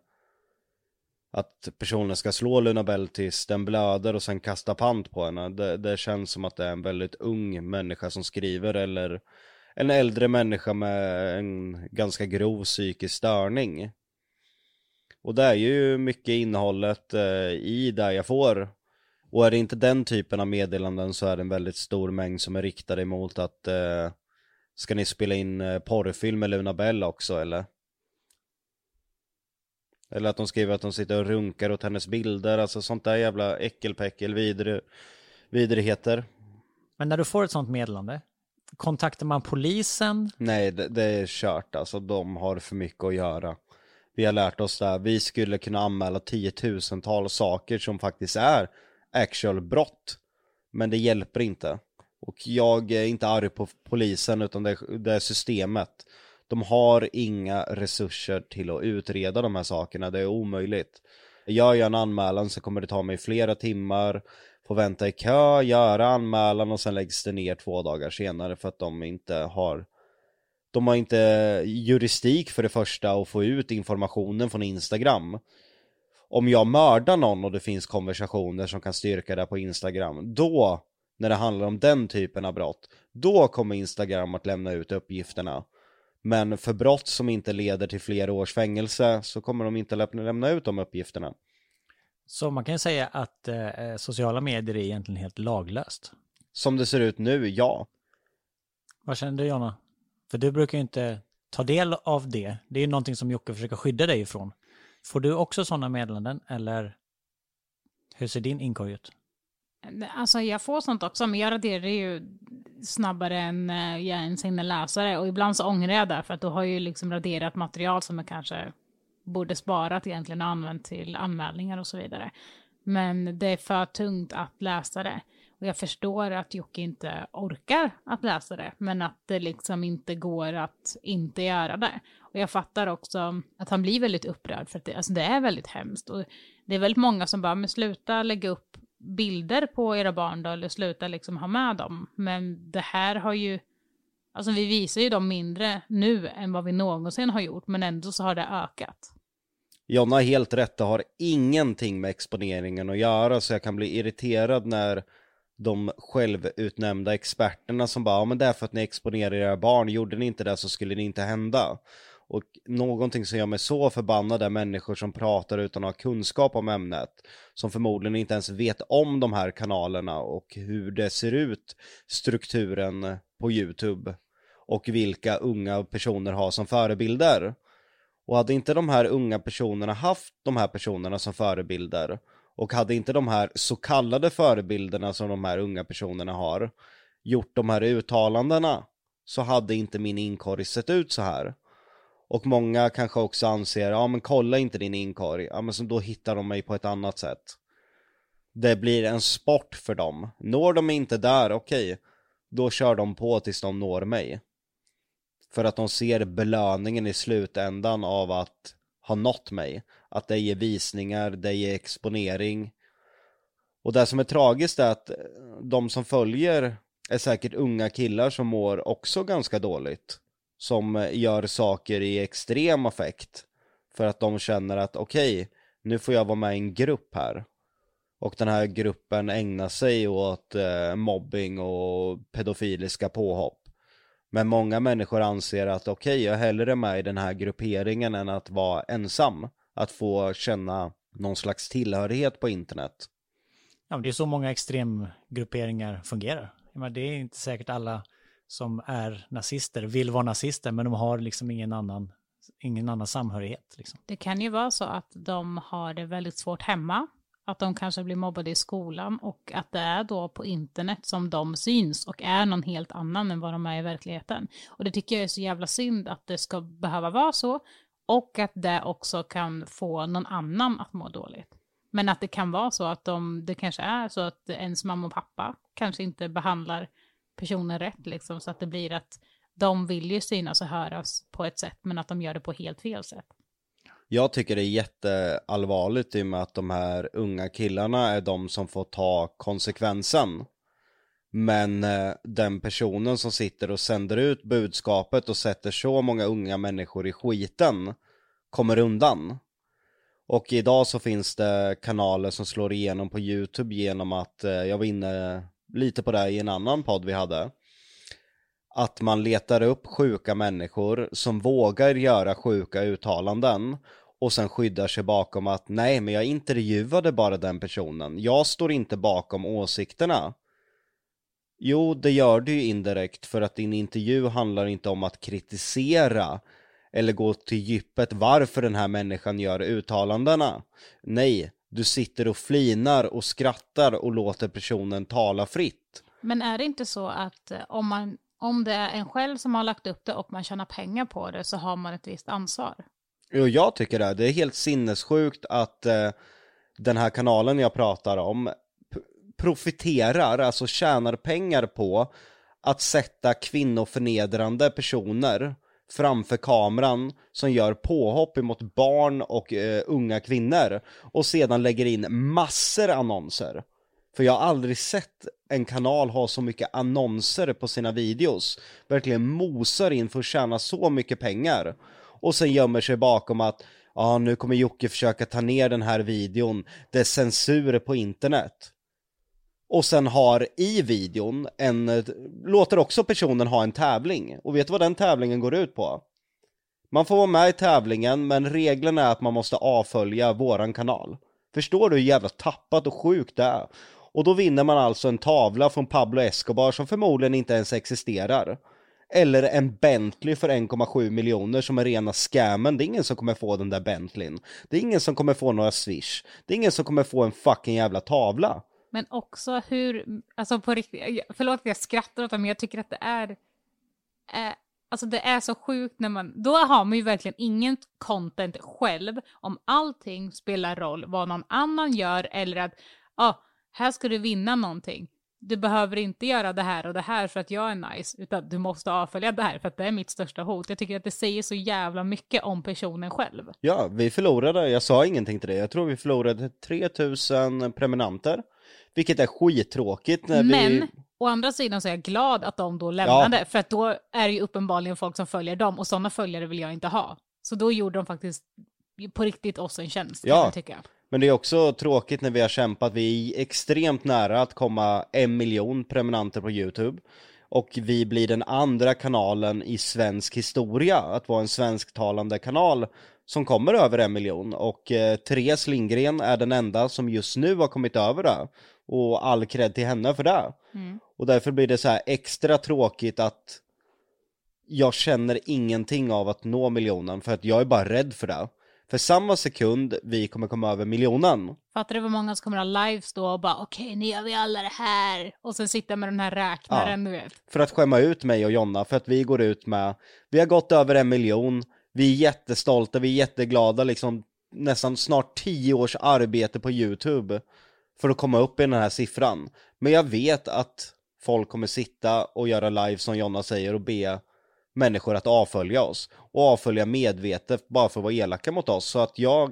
personen ska slå Luna Bell tills den blöder och sen kasta pant på henne. Det känns som att det är en väldigt ung människa som skriver, eller en äldre människa med en ganska grov psykisk störning. Och det är ju mycket innehållet i det jag får. Och är det inte den typen av meddelanden så är det en väldigt stor mängd som är riktade emot att Ska ni spela in porrfilm med Luna Bell också eller? Eller att de skriver att de sitter och runkar åt hennes bilder. Alltså sånt där jävla äckelpäckel, vidrigheter. Men när du får ett sånt meddelande, kontaktar man polisen? Nej, det är kört. Alltså de har för mycket att göra. Vi har lärt oss där. Vi skulle kunna anmäla 10,000-tals saker som faktiskt är actual brott. Men det hjälper inte. Och jag är inte arg på polisen utan det är systemet. De har inga resurser till att utreda de här sakerna. Det är omöjligt. Gör jag en anmälan så kommer det ta mig flera timmar. Få vänta i kö, göra anmälan och sen läggs det ner 2 dagar senare för att de har inte juristik för det första att få ut informationen från Instagram. Om jag mördar någon och det finns konversationer som kan styrka det på Instagram, då, när det handlar om den typen av brott, då kommer Instagram att lämna ut uppgifterna. Men för brott som inte leder till flera års fängelse så kommer de inte lämna ut de uppgifterna. Så man kan säga att sociala medier är egentligen helt laglöst. Som det ser ut nu, ja. Vad känner du, Jonna? För du brukar ju inte ta del av det. Det är ju någonting som Jocke försöker skydda dig ifrån. Får du också sådana meddelanden eller hur ser din inkorg ut? Alltså jag får sånt också, men jag raderar det ju snabbare än jag ens hinner läsa det. Och ibland så ångrar jag det, för att då har jag ju liksom raderat material som jag kanske borde sparat egentligen och använt till anmälningar och så vidare. Men det är för tungt att läsa det. Och jag förstår att Jocke inte orkar att läsa det, men att det liksom inte går att inte göra det. Och jag fattar också att han blir väldigt upprörd, för att det är väldigt hemskt. Och det är väldigt många som bara, men sluta lägga upp bilder på era barn då, eller sluta liksom ha med dem. Men det här har ju, alltså vi visar ju dem mindre nu än vad vi någonsin har gjort, men ändå så har det ökat. Jonna har helt rätt, det har ingenting med exponeringen att göra, så jag kan bli irriterad när de självutnämnda experterna som bara, ja men det är för att ni exponerar era barn, gjorde ni inte det så skulle det inte hända. Och någonting som gör mig så förbannad är människor som pratar utan att ha kunskap om ämnet, som förmodligen inte ens vet om de här kanalerna och hur det ser ut, strukturen på YouTube och vilka unga personer har som förebilder. Och hade inte de här unga personerna haft de här personerna som förebilder, och hade inte de här så kallade förebilderna som de här unga personerna har gjort de här uttalandena, så hade inte min inkorg sett ut så här. Och många kanske också anser, ja men kolla inte din inkorg, ja men så då hittar de mig på ett annat sätt. Det blir en sport för dem. Når de inte där, okej, då kör de på tills de når mig. För att de ser belöningen i slutändan av att ha nått mig. Att det ger visningar, det ger exponering. Och det som är tragiskt är att de som följer är säkert unga killar som mår också ganska dåligt. Som gör saker i extrem affekt. För att de känner att okej, nu får jag vara med i en grupp här. Och den här gruppen ägnar sig åt mobbing och pedofiliska påhopp. Men många människor anser att okej, jag är hellre med i den här grupperingen än att vara ensam. Att få känna någon slags tillhörighet på internet. Ja, det är så många extremgrupperingar fungerar. Men det är inte säkert alla som är nazister vill vara nazister, men de har liksom ingen annan samhörighet. Liksom. Det kan ju vara så att de har det väldigt svårt hemma. Att de kanske blir mobbade i skolan och att det är då på internet som de syns och är någon helt annan än vad de är i verkligheten. Och det tycker jag är så jävla synd att det ska behöva vara så, och att det också kan få någon annan att må dåligt. Men att det kan vara så att det kanske är så att ens mamma och pappa kanske inte behandlar personen rätt liksom, så att det blir att de vill ju synas och höras på ett sätt, men att de gör det på helt fel sätt. Jag tycker det är jätteallvarligt i och med att de här unga killarna är de som får ta konsekvensen. Men den personen som sitter och sänder ut budskapet och sätter så många unga människor i skiten kommer undan. Och idag så finns det kanaler som slår igenom på YouTube genom att, jag var inne lite på det i en annan podd vi hade, att man letar upp sjuka människor som vågar göra sjuka uttalanden och sen skyddar sig bakom att nej, men jag intervjuade bara den personen. Jag står inte bakom åsikterna. Jo, det gör du ju indirekt, för att din intervju handlar inte om att kritisera eller gå till djupet varför den här människan gör uttalandena. Nej, du sitter och flinar och skrattar och låter personen tala fritt. Men är det inte så att om det är en själv som har lagt upp det och man tjänar pengar på det så har man ett visst ansvar? Jo, jag tycker det. Det är helt sinnessjukt att den här kanalen jag pratar om profiterar, alltså tjänar pengar på att sätta kvinnoförnedrande personer framför kameran som gör påhopp emot barn och unga kvinnor och sedan lägger in massor annonser. För jag har aldrig sett en kanal ha så mycket annonser på sina videos. Verkligen mosar in för att tjäna så mycket pengar. Och sen gömmer sig bakom att nu kommer Jocke försöka ta ner den här videon. Det är censur på internet. Och sen har i videon låter också personen ha en tävling. Och vet du vad den tävlingen går ut på? Man får vara med i tävlingen, men reglerna är att man måste avfölja våran kanal. Förstår du hur jävla tappat och sjukt det är? Och då vinner man alltså en tavla från Pablo Escobar som förmodligen inte ens existerar. Eller en Bentley för 1,7 miljoner som är rena scammen. Det är ingen som kommer få den där Bentleyn. Det är ingen som kommer få några swish. Det är ingen som kommer få en fucking jävla tavla. Men också alltså på riktigt, förlåt att jag skrattar åt det, men jag tycker att det är alltså det är så sjukt då har man ju verkligen inget content själv om allting spelar roll vad någon annan gör eller att här ska du vinna någonting. Du behöver inte göra det här och det här för att jag är nice, utan du måste avfölja det här för att det är mitt största hot. Jag tycker att det säger så jävla mycket om personen själv. Ja, vi förlorade, jag sa ingenting till det. Jag tror vi förlorade 3000 prenumeranter, vilket är skittråkigt Men å andra sidan så är jag glad att de då lämnade, för att då är det ju uppenbarligen folk som följer dem och sådana följare vill jag inte ha. Så då gjorde de faktiskt på riktigt oss en tjänst, tycker jag. Men det är också tråkigt när vi har kämpat. Vi är extremt nära att komma 1 miljon prenumeranter på YouTube. Och vi blir den andra kanalen i svensk historia att vara en svensktalande kanal som kommer över 1 miljon. Och Therese Lindgren är den enda som just nu har kommit över det. Och all cred till henne för det. Och därför blir det så här extra tråkigt att jag känner ingenting av att nå miljonen. För att jag är bara rädd för det. För samma sekund vi kommer komma över miljonen. Fattar du vad många som kommer ha lives då och bara okej, nu gör vi alla det här. Och sen sitta med den här räknaren, du vet. För att skämma ut mig och Jonna, för att vi går ut med, vi har gått över 1 miljon, vi är jättestolta, vi är jätteglada, liksom nästan snart 10 års arbete på YouTube för att komma upp i den här siffran. Men jag vet att folk kommer sitta och göra live som Jonna säger och be människor att avfölja oss. Och avfölja medvetet bara för att vara elaka mot oss. Så att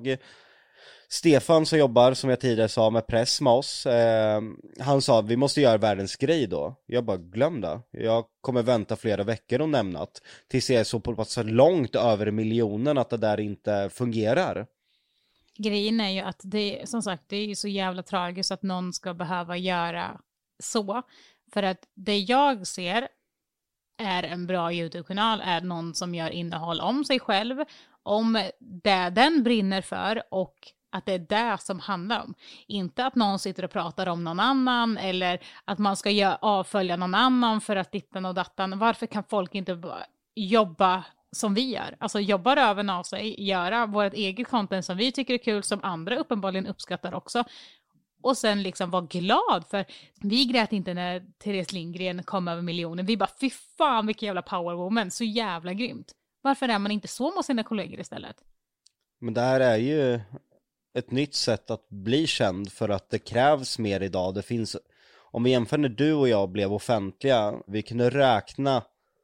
Stefan som jobbar, som jag tidigare sa, med press med oss, han sa vi måste göra världens grej då. Jag bara glöm det. Jag kommer vänta flera veckor och nämna att tills jag är så pass långt över miljonen att det där inte fungerar. Grejen är ju att det, som sagt, det är ju så jävla tragiskt att någon ska behöva göra så. För att det jag ser är en bra YouTube-kanal, är någon som gör innehåll om sig själv, om det den brinner för och att det är det som handlar om. Inte att någon sitter och pratar om någon annan eller att man ska avfölja någon annan för att dittan och dattan. Varför kan folk inte jobba som vi gör? Alltså jobba röven av sig, göra vårt eget content som vi tycker är kul, som andra uppenbarligen uppskattar också. Och sen liksom vara glad, för vi grät inte när Therese Lindgren kom över miljonen. Vi bara, fy fan vilken jävla powerwoman, så jävla grymt. Varför är man inte så mot sina kollegor istället? Men det här är ju ett nytt sätt att bli känd, för att det krävs mer idag. Det finns, om vi jämför när du och jag blev offentliga, vi kunde räkna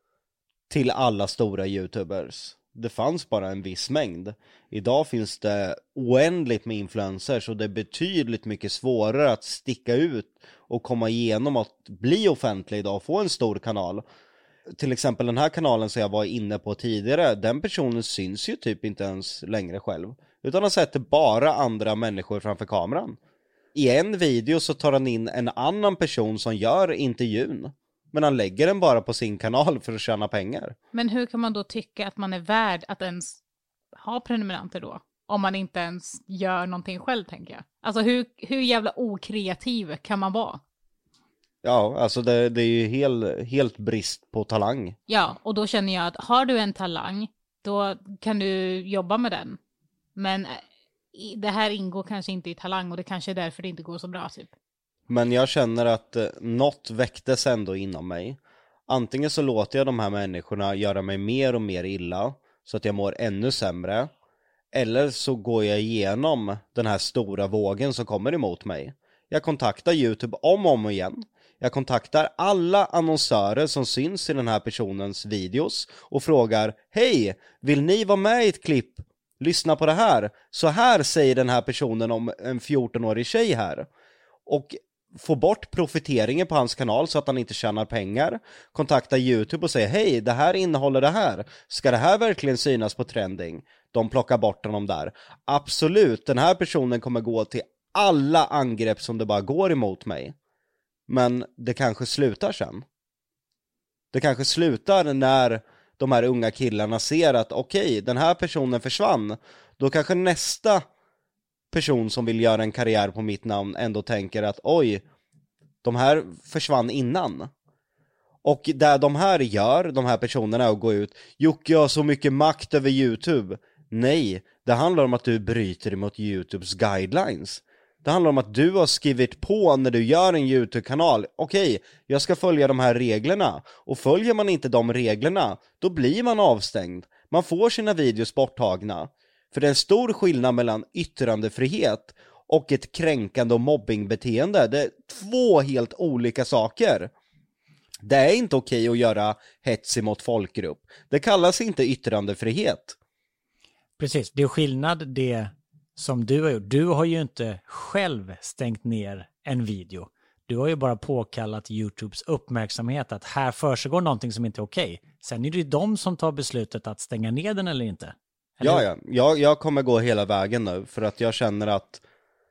till alla stora YouTubers. Det fanns bara en viss mängd. Idag finns det oändligt med influencers och det är betydligt mycket svårare att sticka ut och komma igenom att bli offentlig idag och få en stor kanal. Till exempel den här kanalen som jag var inne på tidigare, den personen syns ju typ inte ens längre själv. Utan han sätter bara andra människor framför kameran. I en video så tar han in en annan person som gör intervjun. Men han lägger den bara på sin kanal för att tjäna pengar. Men hur kan man då tycka att man är värd att ens ha prenumeranter då? Om man inte ens gör någonting själv, tänker jag. Alltså hur jävla okreativ kan man vara? Ja, alltså det är ju helt brist på talang. Ja, och då känner jag att har du en talang, då kan du jobba med den. Men det här ingår kanske inte i talang och det kanske är därför det inte går så bra typ. Men jag känner att något väcktes ändå inom mig. Antingen så låter jag de här människorna göra mig mer och mer illa, så att jag mår ännu sämre. Eller så går jag igenom den här stora vågen som kommer emot mig. Jag kontaktar YouTube om och om igen. Jag kontaktar alla annonsörer som syns i den här personens videos och frågar: hej, vill ni vara med i ett klipp? Lyssna på det här. Så här säger den här personen om en 14-årig tjej här. Och få bort profiteringen på hans kanal så att han inte tjänar pengar. Kontakta YouTube och säga: hej, det här innehåller det här. Ska det här verkligen synas på trending? De plockar bort honom där. Absolut, den här personen kommer gå till alla angrepp som det bara går emot mig. Men det kanske slutar sen. Det kanske slutar när de här unga killarna ser att okej, den här personen försvann. Då kanske nästa person som vill göra en karriär på mitt namn ändå tänker att oj, de här försvann innan. Och där de här gör, de här personerna, att gå ut: Jocke har så mycket makt över YouTube. Nej, det handlar om att du bryter emot YouTubes guidelines. Det handlar om att du har skrivit på när du gör en YouTube-kanal: okej, jag ska följa de här reglerna. Och följer man inte de reglerna, då blir man avstängd. Man får sina videos borttagna. För det är en stor skillnad mellan yttrandefrihet och ett kränkande och mobbingbeteende. Det är två helt olika saker. Det är inte okej att göra hets emot folkgrupp. Det kallas inte yttrandefrihet. Precis, det är skillnad det som du har gjort. Du har ju inte själv stängt ner en video. Du har ju bara påkallat YouTubes uppmärksamhet att här försiggår någonting som inte är okej. Sen är det ju de som tar beslutet att stänga ner den eller inte. Eller? Ja, jag kommer gå hela vägen nu, för att jag känner att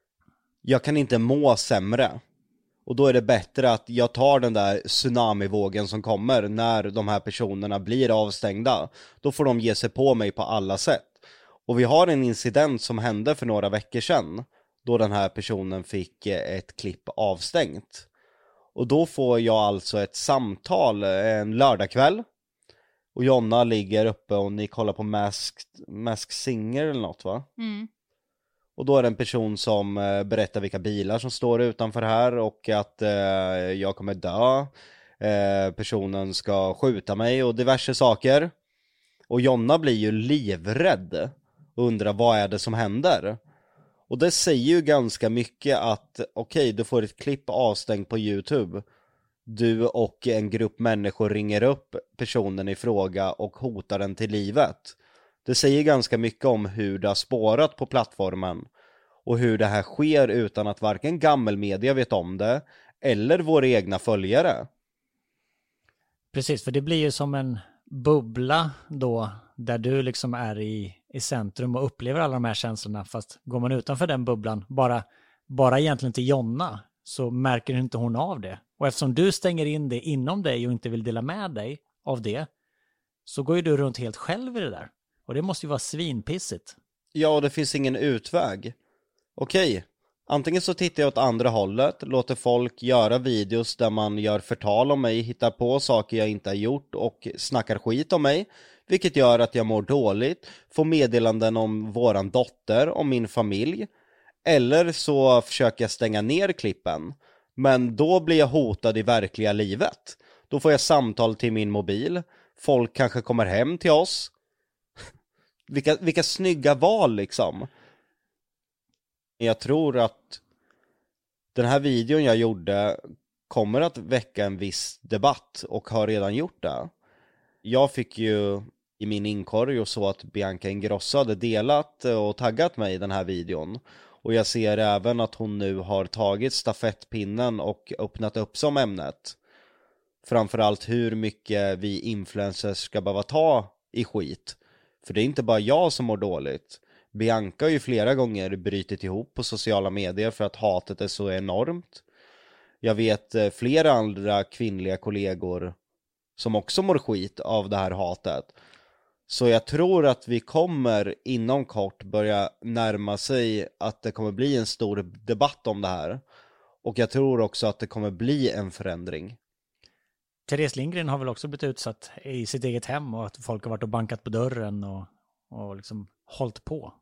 jag kan inte må sämre. Och då är det bättre att jag tar den där tsunamivågen som kommer när de här personerna blir avstängda. Då får de ge sig på mig på alla sätt. Och vi har en incident som hände för några veckor sedan, då den här personen fick ett klipp avstängt. Och då får jag alltså ett samtal en lördagkväll. Och Jonna ligger uppe och ni kollar på Masked Singer eller något, va? Mm. Och då är det en person som berättar vilka bilar som står utanför här och att jag kommer dö. Personen ska skjuta mig och diverse saker. Och Jonna blir ju livrädd och undrar vad är det som händer. Och det säger ju ganska mycket att okej, du får ett klipp avstängt på YouTube. Du och en grupp människor ringer upp personen i fråga och hotar den till livet. Det säger ganska mycket om hur det har spårat på plattformen och hur det här sker utan att varken gammelmedia vet om det eller våra egna följare. Precis, för det blir ju som en bubbla då där du liksom är i centrum och upplever alla de här känslorna, fast går man utanför den bubblan, bara egentligen till Jonna, så märker inte hon av det. Och eftersom du stänger in det inom dig och inte vill dela med dig av det, så går ju du runt helt själv i det där. Och det måste ju vara svinpissigt. Ja, och det finns ingen utväg. Okej, antingen så tittar jag åt andra hållet, låter folk göra videos där man gör förtal om mig, hittar på saker jag inte har gjort och snackar skit om mig, vilket gör att jag mår dåligt, får meddelanden om våran dotter, om min familj. Eller så försöker jag stänga ner klippen, men då blir jag hotad i verkliga livet. Då får jag samtal till min mobil, folk kanske kommer hem till oss. Vilka snygga val liksom. Jag tror att den här videon jag gjorde kommer att väcka en viss debatt och har redan gjort det. Jag fick ju i min inkorg och så att Bianca Ingrosso hade delat och taggat mig i den här videon. Och jag ser även att hon nu har tagit stafettpinnen och öppnat upp som ämnet. Framförallt hur mycket vi influencers ska behöva ta i skit. För det är inte bara jag som mår dåligt. Bianca har ju flera gånger brytit ihop på sociala medier för att hatet är så enormt. Jag vet flera andra kvinnliga kollegor som också mår skit av det här hatet. Så jag tror att vi kommer inom kort börja närma sig att det kommer bli en stor debatt om det här. Och jag tror också att det kommer bli en förändring. Therese Lindgren har väl också blivit utsatt i sitt eget hem och att folk har varit och bankat på dörren och liksom hållit på.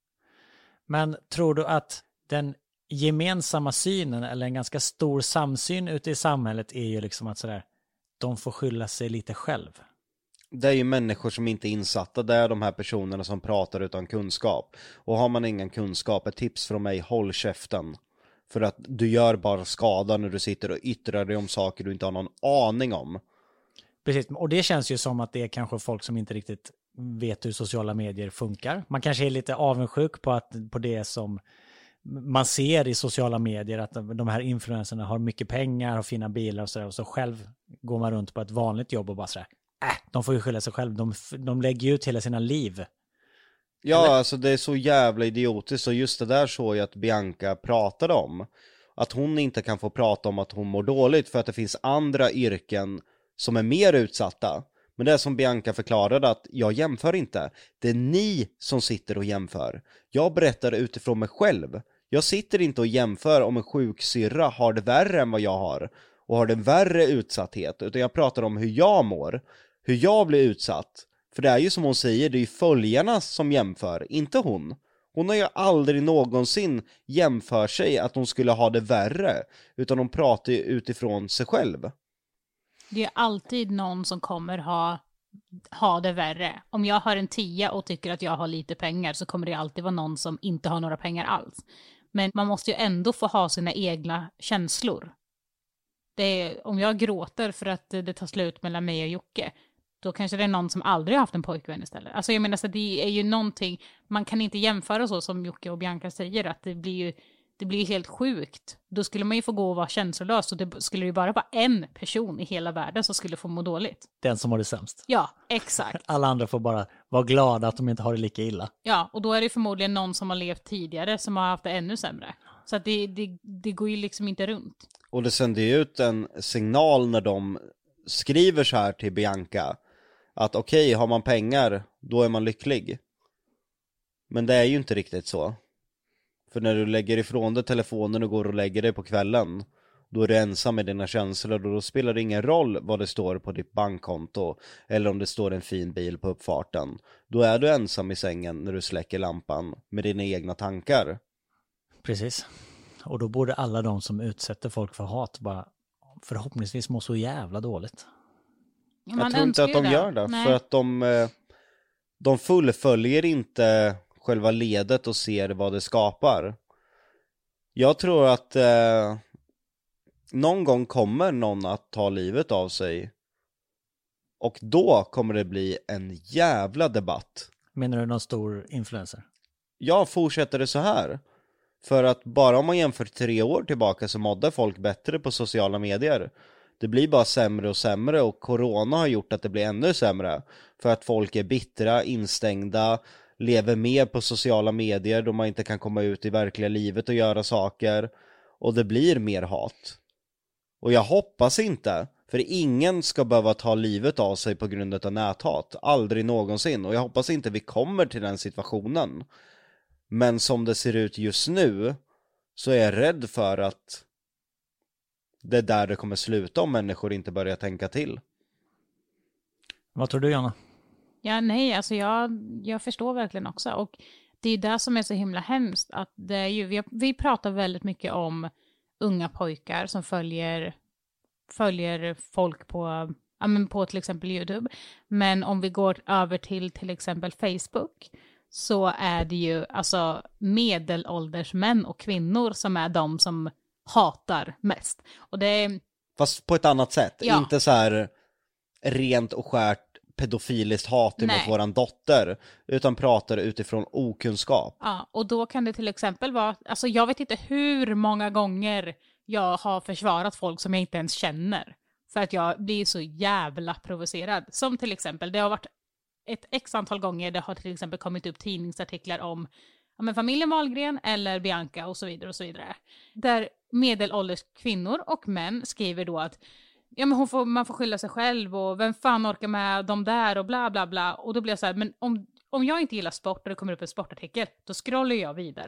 Men tror du att den gemensamma synen eller en ganska stor samsyn ute i samhället är ju liksom att sådär, de får skylla sig lite själv? Det är ju människor som inte är insatta, det är de här personerna som pratar utan kunskap. Och har man ingen kunskap, ett tips från mig, håll käften. För att du gör bara skada när du sitter och yttrar dig om saker du inte har någon aning om. Precis, och det känns ju som att det är kanske folk som inte riktigt vet hur sociala medier funkar. Man kanske är lite avundsjuk på det som man ser i sociala medier, att de här influencerna har mycket pengar, har fina bilar och sådär, och så själv går man runt på ett vanligt jobb och bara sådär, de får ju skylla sig själv, de lägger ju ut hela sina liv. Ja, Eller? alltså det är så jävla idiotiskt, och just det där såg jag att Bianca pratade om. Att hon inte kan få prata om att hon mår dåligt för att det finns andra yrken som är mer utsatta. Men det är som Bianca förklarade, att jag jämför inte. Det är ni som sitter och jämför. Jag berättar utifrån mig själv. Jag sitter inte och jämför om en sjuk syrra har det värre än vad jag har och har den värre utsatthet, utan jag pratar om hur jag mår, hur jag blir utsatt. För det är ju som hon säger, det är ju följarna som jämför, inte hon. Hon har ju aldrig någonsin jämfört sig att hon skulle ha det värre, utan hon pratar ju utifrån sig själv. Det är alltid någon som kommer ha det värre. Om jag har en 10 och tycker att jag har lite pengar, så kommer det alltid vara någon som inte har några pengar alls. Men man måste ju ändå få ha sina egna känslor. Om jag gråter för att det tar slut mellan mig och Jocke, då kanske det är någon som aldrig har haft en pojkvän istället. Alltså jag menar, så det är ju någonting, man kan inte jämföra så som Jocke och Bianca säger, att det blir helt sjukt. Då skulle man ju få gå och vara känslolös, och det skulle ju bara vara en person i hela världen som skulle få må dåligt. Den som har det sämst. Ja, exakt. Alla andra får bara vara glada att de inte har det lika illa. Ja, och då är det förmodligen någon som har levt tidigare som har haft det ännu sämre. Så att det går ju liksom inte runt. Och det sänder ju ut en signal när de skriver så här till Bianca, att okej, har man pengar, då är man lycklig. Men det är ju inte riktigt så. För när du lägger ifrån dig telefonen och går och lägger dig på kvällen, då är du ensam med dina känslor, och då spelar det ingen roll vad det står på ditt bankkonto eller om det står en fin bil på uppfarten. Då är du ensam i sängen när du släcker lampan med dina egna tankar. Precis. Och då borde alla de som utsätter folk för hat bara förhoppningsvis må så jävla dåligt. Ja, jag tror inte att de gör det. Nej. För att de fullföljer inte själva ledet och ser vad det skapar. Jag tror att någon gång kommer någon att ta livet av sig, och då kommer det bli en jävla debatt. Menar du någon stor influencer? Jag fortsätter det så här. För att bara om man jämför 3 år tillbaka så mådde folk bättre på sociala medier. Det blir bara sämre och sämre, och corona har gjort att det blir ännu sämre. För att folk är bittra, instängda, lever mer på sociala medier då man inte kan komma ut i verkliga livet och göra saker. Och det blir mer hat. Och jag hoppas inte, för ingen ska behöva ta livet av sig på grund av näthat. Aldrig någonsin. Och jag hoppas inte vi kommer till den situationen. Men som det ser ut just nu så är jag rädd för att det är där det kommer sluta om människor inte börjar tänka till. Vad tror du, Jonna? Ja, nej, alltså jag förstår verkligen också. Och det är det som är så himla hemskt. Att det är ju, vi pratar väldigt mycket om unga pojkar som följer folk på till exempel YouTube. Men om vi går över till exempel Facebook, så är det ju alltså medelålders män och kvinnor som är de som hatar mest. Och det är... Fast på ett annat sätt. Ja. Inte så här rent och skärt pedofiliskt hat mot våran dotter, utan pratar utifrån okunskap. Ja, och då kan det till exempel vara, alltså jag vet inte hur många gånger jag har försvarat folk som jag inte ens känner. För att jag blir så jävla provocerad. Som till exempel, det har varit ett x antal gånger, det har till exempel kommit upp tidningsartiklar om familjen Wahlgren eller Bianca och så vidare och så vidare. Där medelålders kvinnor och män skriver då att man får skylla sig själv, och vem fan orkar med dem där och bla bla bla. Och då blir jag så här, men om jag inte gillar sport och det kommer upp en sportartikel, då scrollar jag vidare.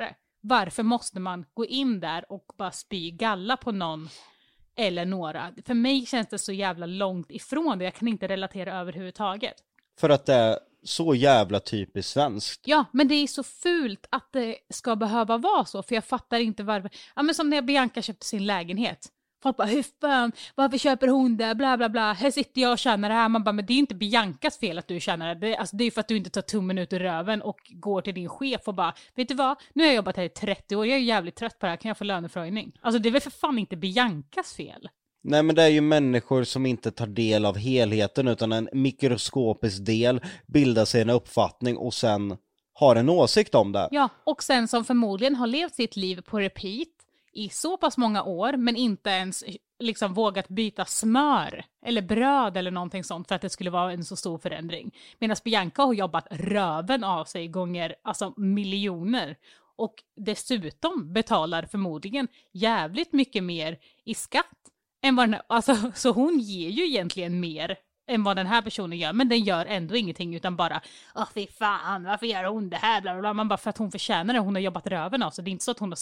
Varför måste man gå in där och bara spy galla på någon eller några? För mig känns det så jävla långt ifrån det. Jag kan inte relatera överhuvudtaget. För att det är så jävla typiskt svenskt. Ja, men det är så fult att det ska behöva vara så. För jag fattar inte varför. Ja, men som när Bianca köpte sin lägenhet. Folk bara, hur fan, varför köper hon det? Bla bla bla, här sitter jag och känner det här. Man bara, men det är inte Biancas fel att du känner det. Det är för att du inte tar tummen ut ur röven och går till din chef och bara, vet du vad? Nu har jag jobbat här i 30 år, jag är jävligt trött på det här, kan jag få löneförhöjning? Alltså det är väl för fan inte Biancas fel? Nej, men det är ju människor som inte tar del av helheten utan en mikroskopisk del, bildar sig en uppfattning och sen har en åsikt om det. Ja, och sen som förmodligen har levt sitt liv på repeat i så pass många år, men inte ens liksom vågat byta smör eller bröd eller någonting sånt för att det skulle vara en så stor förändring. Medan Bianca har jobbat röven av sig gånger, alltså miljoner. Och dessutom betalar förmodligen jävligt mycket mer i skatt än vad den, alltså, så hon ger ju egentligen mer än vad den här personen gör, men den gör ändå ingenting utan bara, fy fan, varför gör hon det här? Bla, bla, bla. Man bara, för att hon förtjänar det, hon har jobbat röven av, så det är inte så att hon har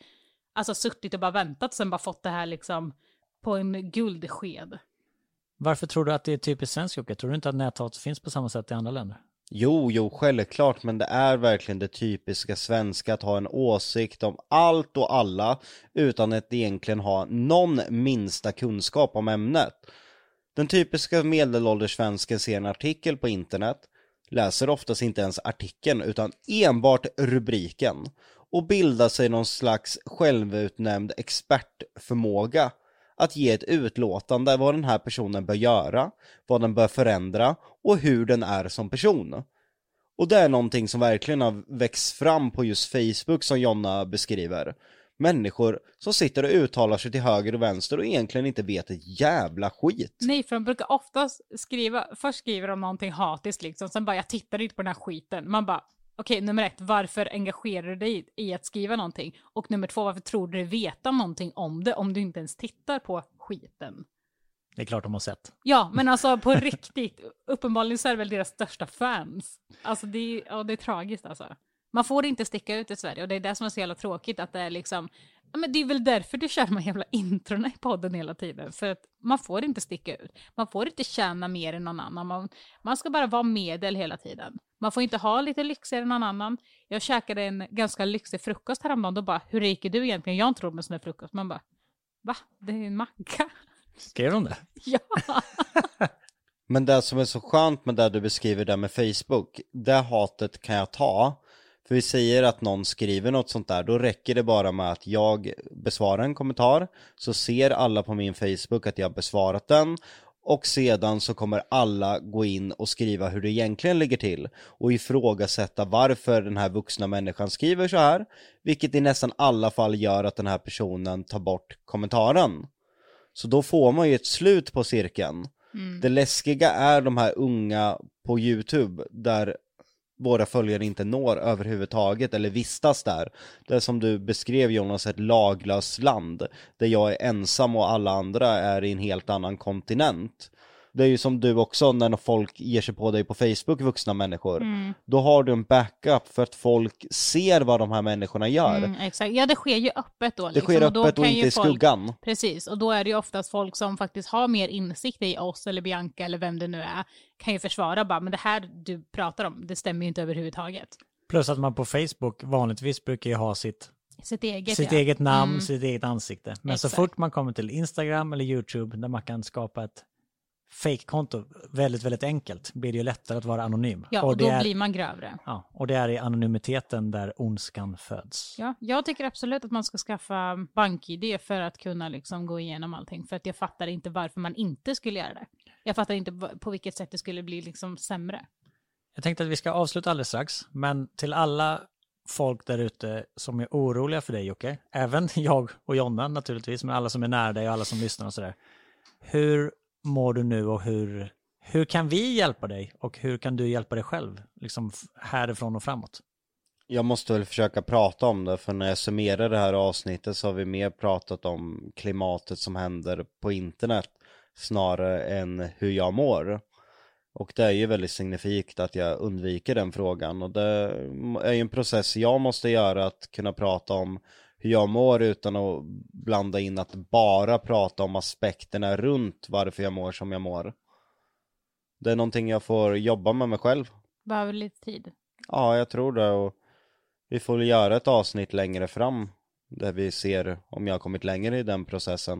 suttit och bara väntat och sen bara fått det här liksom på en guldsked. Varför tror du att det är typiskt svenskt, Jocke? Tror du inte att näthat finns på samma sätt i andra länder? Jo, självklart, men det är verkligen det typiska svenska att ha en åsikt om allt och alla utan att egentligen ha någon minsta kunskap om ämnet. Den typiska medelålders svensken ser en artikel på internet, läser oftast inte ens artikeln utan enbart rubriken och bildar sig någon slags självutnämnd expertförmåga att ge ett utlåtande vad den här personen bör göra, vad den bör förändra och hur den är som person. Och det är någonting som verkligen har växt fram på just Facebook som Jonna beskriver. Människor som sitter och uttalar sig till höger och vänster och egentligen inte vet ett jävla skit. Nej, för de brukar oftast först skriver de någonting hatiskt liksom, sen bara jag tittar inte på den här skiten. Man bara, okej, nummer 1, varför engagerar du dig i att skriva någonting? Och nummer 2, varför tror du veta någonting om det om du inte ens tittar på skiten? Det är klart de har sett. Ja, men alltså på riktigt, uppenbarligen så är det väl deras största fans. Alltså det är tragiskt alltså. Man får inte sticka ut i Sverige och det är det som är så jävla tråkigt att det är liksom, ja, men det är väl därför du kör de jävla introna i podden hela tiden. För att man får inte sticka ut. Man får inte tjäna mer än någon annan. Man ska bara vara medel hela tiden. Man får inte ha lite lyxigare än någon annan. Jag käkade en ganska lyxig frukost häromdagen. Då bara, hur rik är du egentligen? Jag tror med sån här frukost. Man bara, va? Det är en macka. Skrev de det? Ja. Men det som är så skönt med det du beskriver där med Facebook, det hatet kan jag ta. För vi säger att någon skriver något sånt där, då räcker det bara med att jag besvarar en kommentar, så ser alla på min Facebook att jag har besvarat den, och sedan så kommer alla gå in och skriva hur det egentligen ligger till och ifrågasätta varför den här vuxna människan skriver så här, vilket i nästan alla fall gör att den här personen tar bort kommentaren. Så då får man ju ett slut på cirkeln. Det läskiga är de här unga på YouTube där våra följare inte når överhuvudtaget eller vistas där. Det är som du beskrev, Jonas, ett laglöst land där jag är ensam och alla andra är i en helt annan kontinent. Det är ju som du också, när folk ger sig på dig på Facebook, vuxna människor. Då har du en backup för att folk ser vad de här människorna gör. Exakt. Ja, det sker ju öppet då. Det sker öppet och inte i skuggan. Precis, och då är det ju oftast folk som faktiskt har mer insikt i oss eller Bianca eller vem det nu är, kan ju försvara bara, men det här du pratar om, det stämmer ju inte överhuvudtaget. Plus att man på Facebook vanligtvis brukar ju ha sitt eget namn, sitt eget ansikte. Men Exakt. så fort man kommer till Instagram eller YouTube där man kan skapa ett fake-konto väldigt, väldigt enkelt, blir det ju lättare att vara anonym. Ja, och då blir man grövre. Ja, och det är i anonymiteten där ondskan föds. Ja, jag tycker absolut att man ska skaffa bank-ID för att kunna liksom gå igenom allting. För att jag fattar inte varför man inte skulle göra det. Jag fattar inte på vilket sätt det skulle bli liksom sämre. Jag tänkte att vi ska avsluta alldeles strax, men till alla folk där ute som är oroliga för dig, Jocke, även jag och Jonna naturligtvis, men alla som är nära dig och alla som lyssnar och sådär. Hur mår du nu och hur kan vi hjälpa dig och hur kan du hjälpa dig själv liksom härifrån och framåt? Jag måste väl försöka prata om det, för när jag summerar det här avsnittet så har vi mer pratat om klimatet som händer på internet snarare än hur jag mår. Och det är ju väldigt signifikt att jag undviker den frågan. Och det är ju en process jag måste göra, att kunna prata om hur jag mår utan att blanda in att bara prata om aspekterna runt varför jag mår som jag mår. Det är någonting jag får jobba med mig själv. Behöver lite tid. Ja, jag tror det. Och vi får göra ett avsnitt längre fram där vi ser om jag har kommit längre i den processen.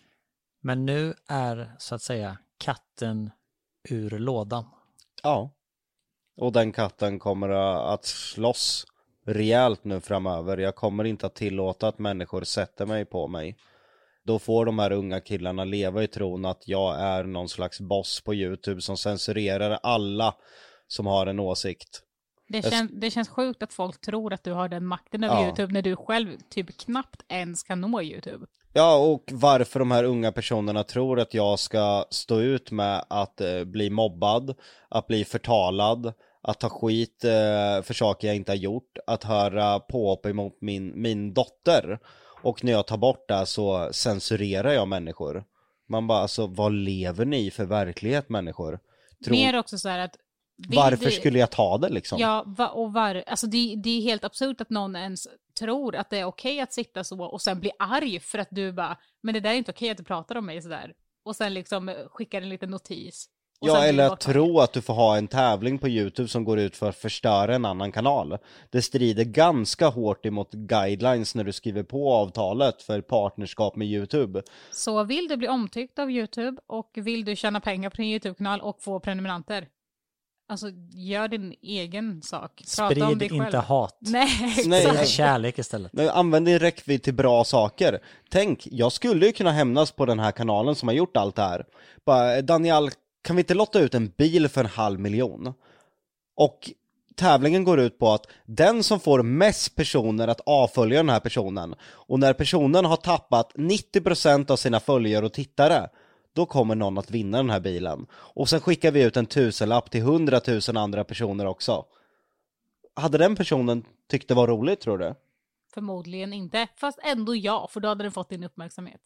Men nu är så att säga katten ur lådan. Ja. Och den katten kommer att slåss rejält nu framöver. Jag kommer inte att tillåta att människor sätter mig på mig. Då får de här unga killarna leva i tron att jag är någon slags boss på YouTube som censurerar alla som har en åsikt. Det känns sjukt att folk tror att du har den makten över YouTube när du själv typ knappt ens kan nå YouTube. Ja, och varför de här unga personerna tror att jag ska stå ut med att bli mobbad, att bli förtalad, att ta skit för saker jag inte har gjort, att höra påhopp emot min dotter. Och när jag tar bort det så censurerar jag människor. Man bara, alltså vad lever ni för verklighet, människor? Mer också så här att varför skulle jag ta det liksom? Ja, alltså det är helt absurt att någon ens tror att det är okej att sitta så och sen bli arg för att du bara, men det där är inte okej att du pratar om mig sådär. Och sen liksom skickar en liten notis. Ja, eller att tro att du får ha en tävling på YouTube som går ut för att förstöra en annan kanal. Det strider ganska hårt emot guidelines när du skriver på avtalet för partnerskap med YouTube. Så vill du bli omtyckt av YouTube och vill du tjäna pengar på din YouTube-kanal och få prenumeranter, alltså gör din egen sak. Sprid om dig inte själv. hat. Nej, kärlek istället. Nej, använd din räckvidd till bra saker. Tänk, jag skulle ju kunna hämnas på den här kanalen som har gjort allt det här. Bara, Daniel, kan vi inte lotta ut en bil för 500 000? Och tävlingen går ut på att den som får mest personer att avfölja den här personen, och när personen har tappat 90% av sina följare och tittare, då kommer någon att vinna den här bilen. Och sen skickar vi ut en 1000-lapp till 100 000 andra personer också. Hade den personen tyckt det var roligt, tror du? Förmodligen inte, fast ändå ja, för då hade den fått din uppmärksamhet.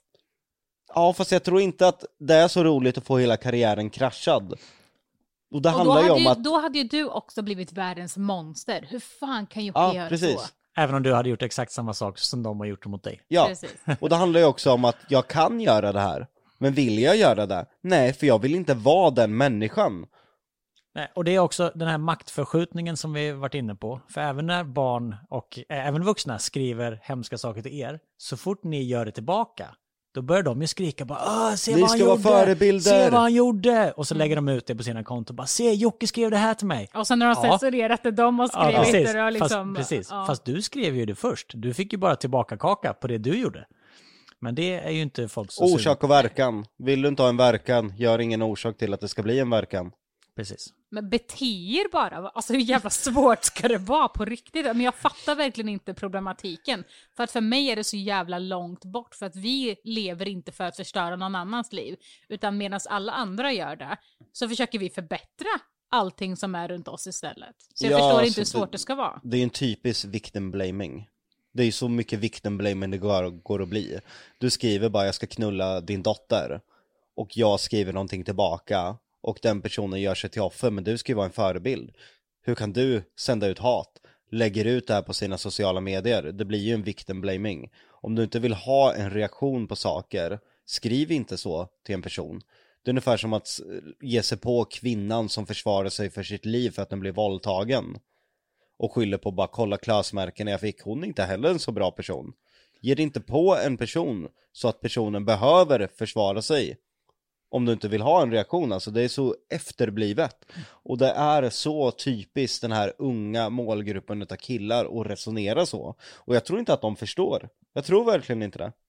Ja, fast jag tror inte att det är så roligt att få hela karriären kraschad. Och det handlar ju om att... Då hade ju du också blivit världens monster. Hur fan kan Jocke göra precis. så? Även om du hade gjort exakt samma sak som de har gjort mot dig. Ja, Precis. och det handlar ju också om att jag kan göra det här. Men vill jag göra det? Nej, för jag vill inte vara den människan. Nej, och det är också den här maktförskjutningen som vi varit inne på. För även när barn och även vuxna skriver hemska saker till er, så fort ni gör det tillbaka, då börjar de ju skrika bara, se vad han gjorde, förebilder. Se vad han gjorde. Och så lägger de ut det på sina konton, bara, se Jocke skrev det här till mig. Och sen när de censurerat det, de har skrivit det. Och liksom, Fast du skrev ju det först. Du fick ju bara tillbaka kaka på det du gjorde. Men det är ju inte folk så orsak och verkan. Vill du inte ha en verkan, gör ingen orsak till att det ska bli en verkan. Precis. Men bete er bara. Alltså hur jävla svårt ska det vara på riktigt? Men jag fattar verkligen inte problematiken. För att för mig är det så jävla långt bort. För att vi lever inte för att förstöra någon annans liv. Utan medan alla andra gör det, så försöker vi förbättra allting som är runt oss istället. Så jag förstår inte hur svårt det ska vara. Det är ju en typisk victim blaming. Det är ju så mycket victim blaming det går att bli. Du skriver bara, jag ska knulla din dotter. Och jag skriver någonting tillbaka. Och den personen gör sig till offer, men du ska ju vara en förebild. Hur kan du sända ut hat? Lägger ut det här på sina sociala medier. Det blir ju en victim blaming. Om du inte vill ha en reaktion på saker, skriv inte så till en person. Det är ungefär som att ge sig på kvinnan som försvarar sig för sitt liv för att den blir våldtagen. Och skyller på bara, kolla klassmärken jag fick. Hon är inte heller en så bra person. Ge dig inte på en person så att personen behöver försvara sig. Om du inte vill ha en reaktion, alltså det är så efterblivet. Och det är så typiskt den här unga målgruppen av killar och resonera så. Och jag tror inte att de förstår. Jag tror verkligen inte det.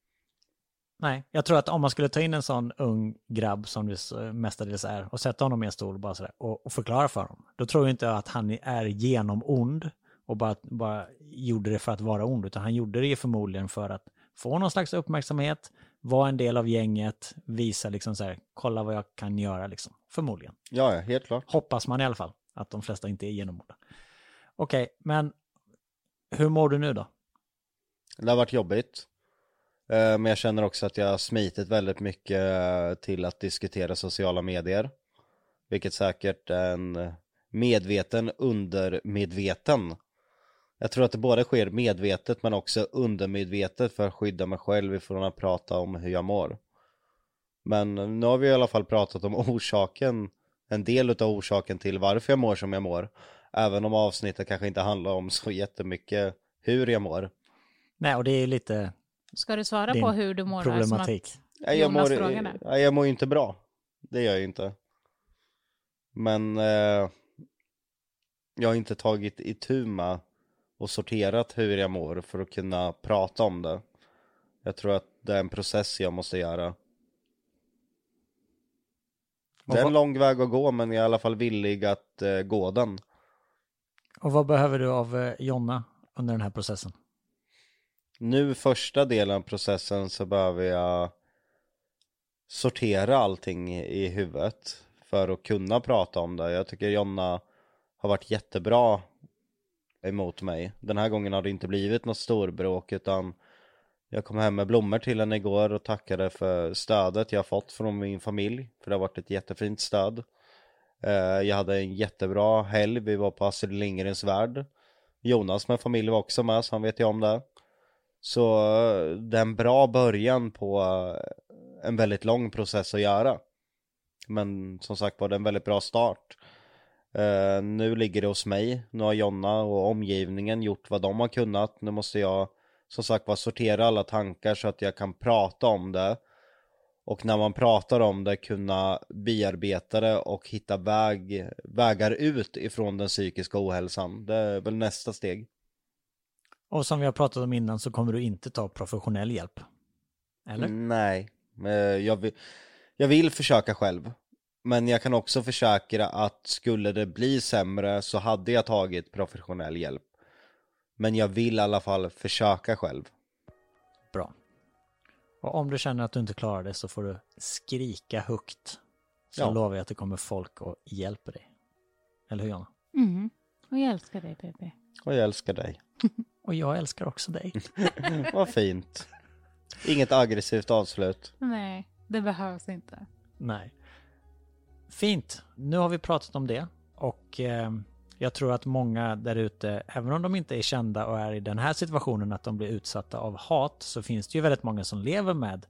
Nej, jag tror att om man skulle ta in en sån ung grabb som det mestadels är och sätta honom i en stol bara sådär, och förklara för honom, då tror jag inte att han är genom ond och bara gjorde det för att vara ond, utan han gjorde det förmodligen för att få någon slags uppmärksamhet, vara en del av gänget, visa liksom så här, kolla vad jag kan göra liksom, förmodligen. Ja, helt klart. Hoppas man i alla fall att de flesta inte är genomonda. Okej, men hur mår du nu då? Det har varit jobbigt. Men jag känner också att jag har smitit väldigt mycket till att diskutera sociala medier. Vilket säkert är en medveten undermedveten. Jag tror att det både sker medvetet men också undermedvetet för att skydda mig själv ifrån att prata om hur jag mår. Men nu har vi i alla fall pratat om orsaken, en del av orsaken till varför jag mår som jag mår. Även om avsnittet kanske inte handlar om så jättemycket hur jag mår. Nej, och det är lite Ska du svara på hur du mår? problematik. Jag mår ju inte bra. Det gör jag ju inte. Men jag har inte tagit itu med och sorterat hur jag mår för att kunna prata om det. Jag tror att det är en process jag måste göra. Det är en lång väg att gå, men jag är i alla fall villig att gå den. Och vad behöver du av Jonna under den här processen? Nu första delen av processen så behöver jag sortera allting i huvudet för att kunna prata om det. Jag tycker Jonna har varit jättebra emot mig. Den här gången har det inte blivit något storbråk, utan jag kom hem med blommor till henne igår och tackade för stödet jag fått från min familj. För det har varit ett jättefint stöd. Jag hade en jättebra helg. Vi var på Astrid Lindgrens värld. Jonas med familj var också med, så han vet ju om det. Så det är en bra början på en väldigt lång process att göra. Men som sagt var det en väldigt bra start. Nu ligger det hos mig. Nu har Jonna och omgivningen gjort vad de har kunnat. Nu måste jag som sagt var sortera alla tankar så att jag kan prata om det. Och när man pratar om det kunna bearbeta det och hitta vägar ut ifrån den psykiska ohälsan. Det är väl nästa steg. Och som vi har pratat om innan så kommer du inte ta professionell hjälp. Eller? Nej, jag vill försöka själv. Men jag kan också försäkra att skulle det bli sämre så hade jag tagit professionell hjälp. Men jag vill i alla fall försöka själv. Bra. Och om du känner att du inte klarar det så får du skrika högt. Så lovar jag att det kommer folk och hjälper dig. Eller hur, Jonna? Mm. Och jag älskar dig, Pepe. Och jag älskar dig. Och jag älskar också dig. Vad fint. Inget aggressivt avslut. Nej, det behövs inte. Nej. Fint. Nu har vi pratat om det. Och jag tror att många där ute, även om de inte är kända och är i den här situationen att de blir utsatta av hat, så finns det ju väldigt många som lever med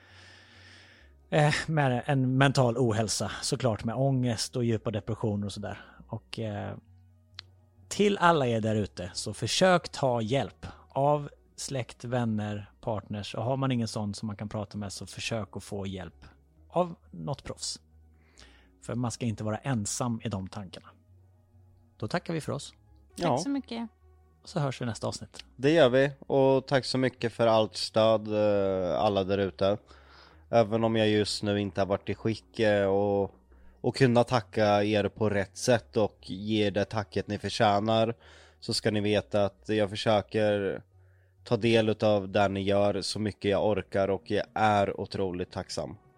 en mental ohälsa. Såklart med ångest och djupa depressioner och sådär. Och till alla er där ute, så försök ta hjälp av släkt, vänner, partners. Och har man ingen sån som man kan prata med, så försök att få hjälp av något proffs. För man ska inte vara ensam i de tankarna. Då tackar vi för oss. Tack så mycket. Och så hörs vi nästa avsnitt. Det gör vi. Och tack så mycket för allt stöd, alla där ute. Även om jag just nu inte har varit i skick och kunna tacka er på rätt sätt och ge det tacket ni förtjänar, så ska ni veta att jag försöker ta del av det ni gör så mycket jag orkar, och jag är otroligt tacksam.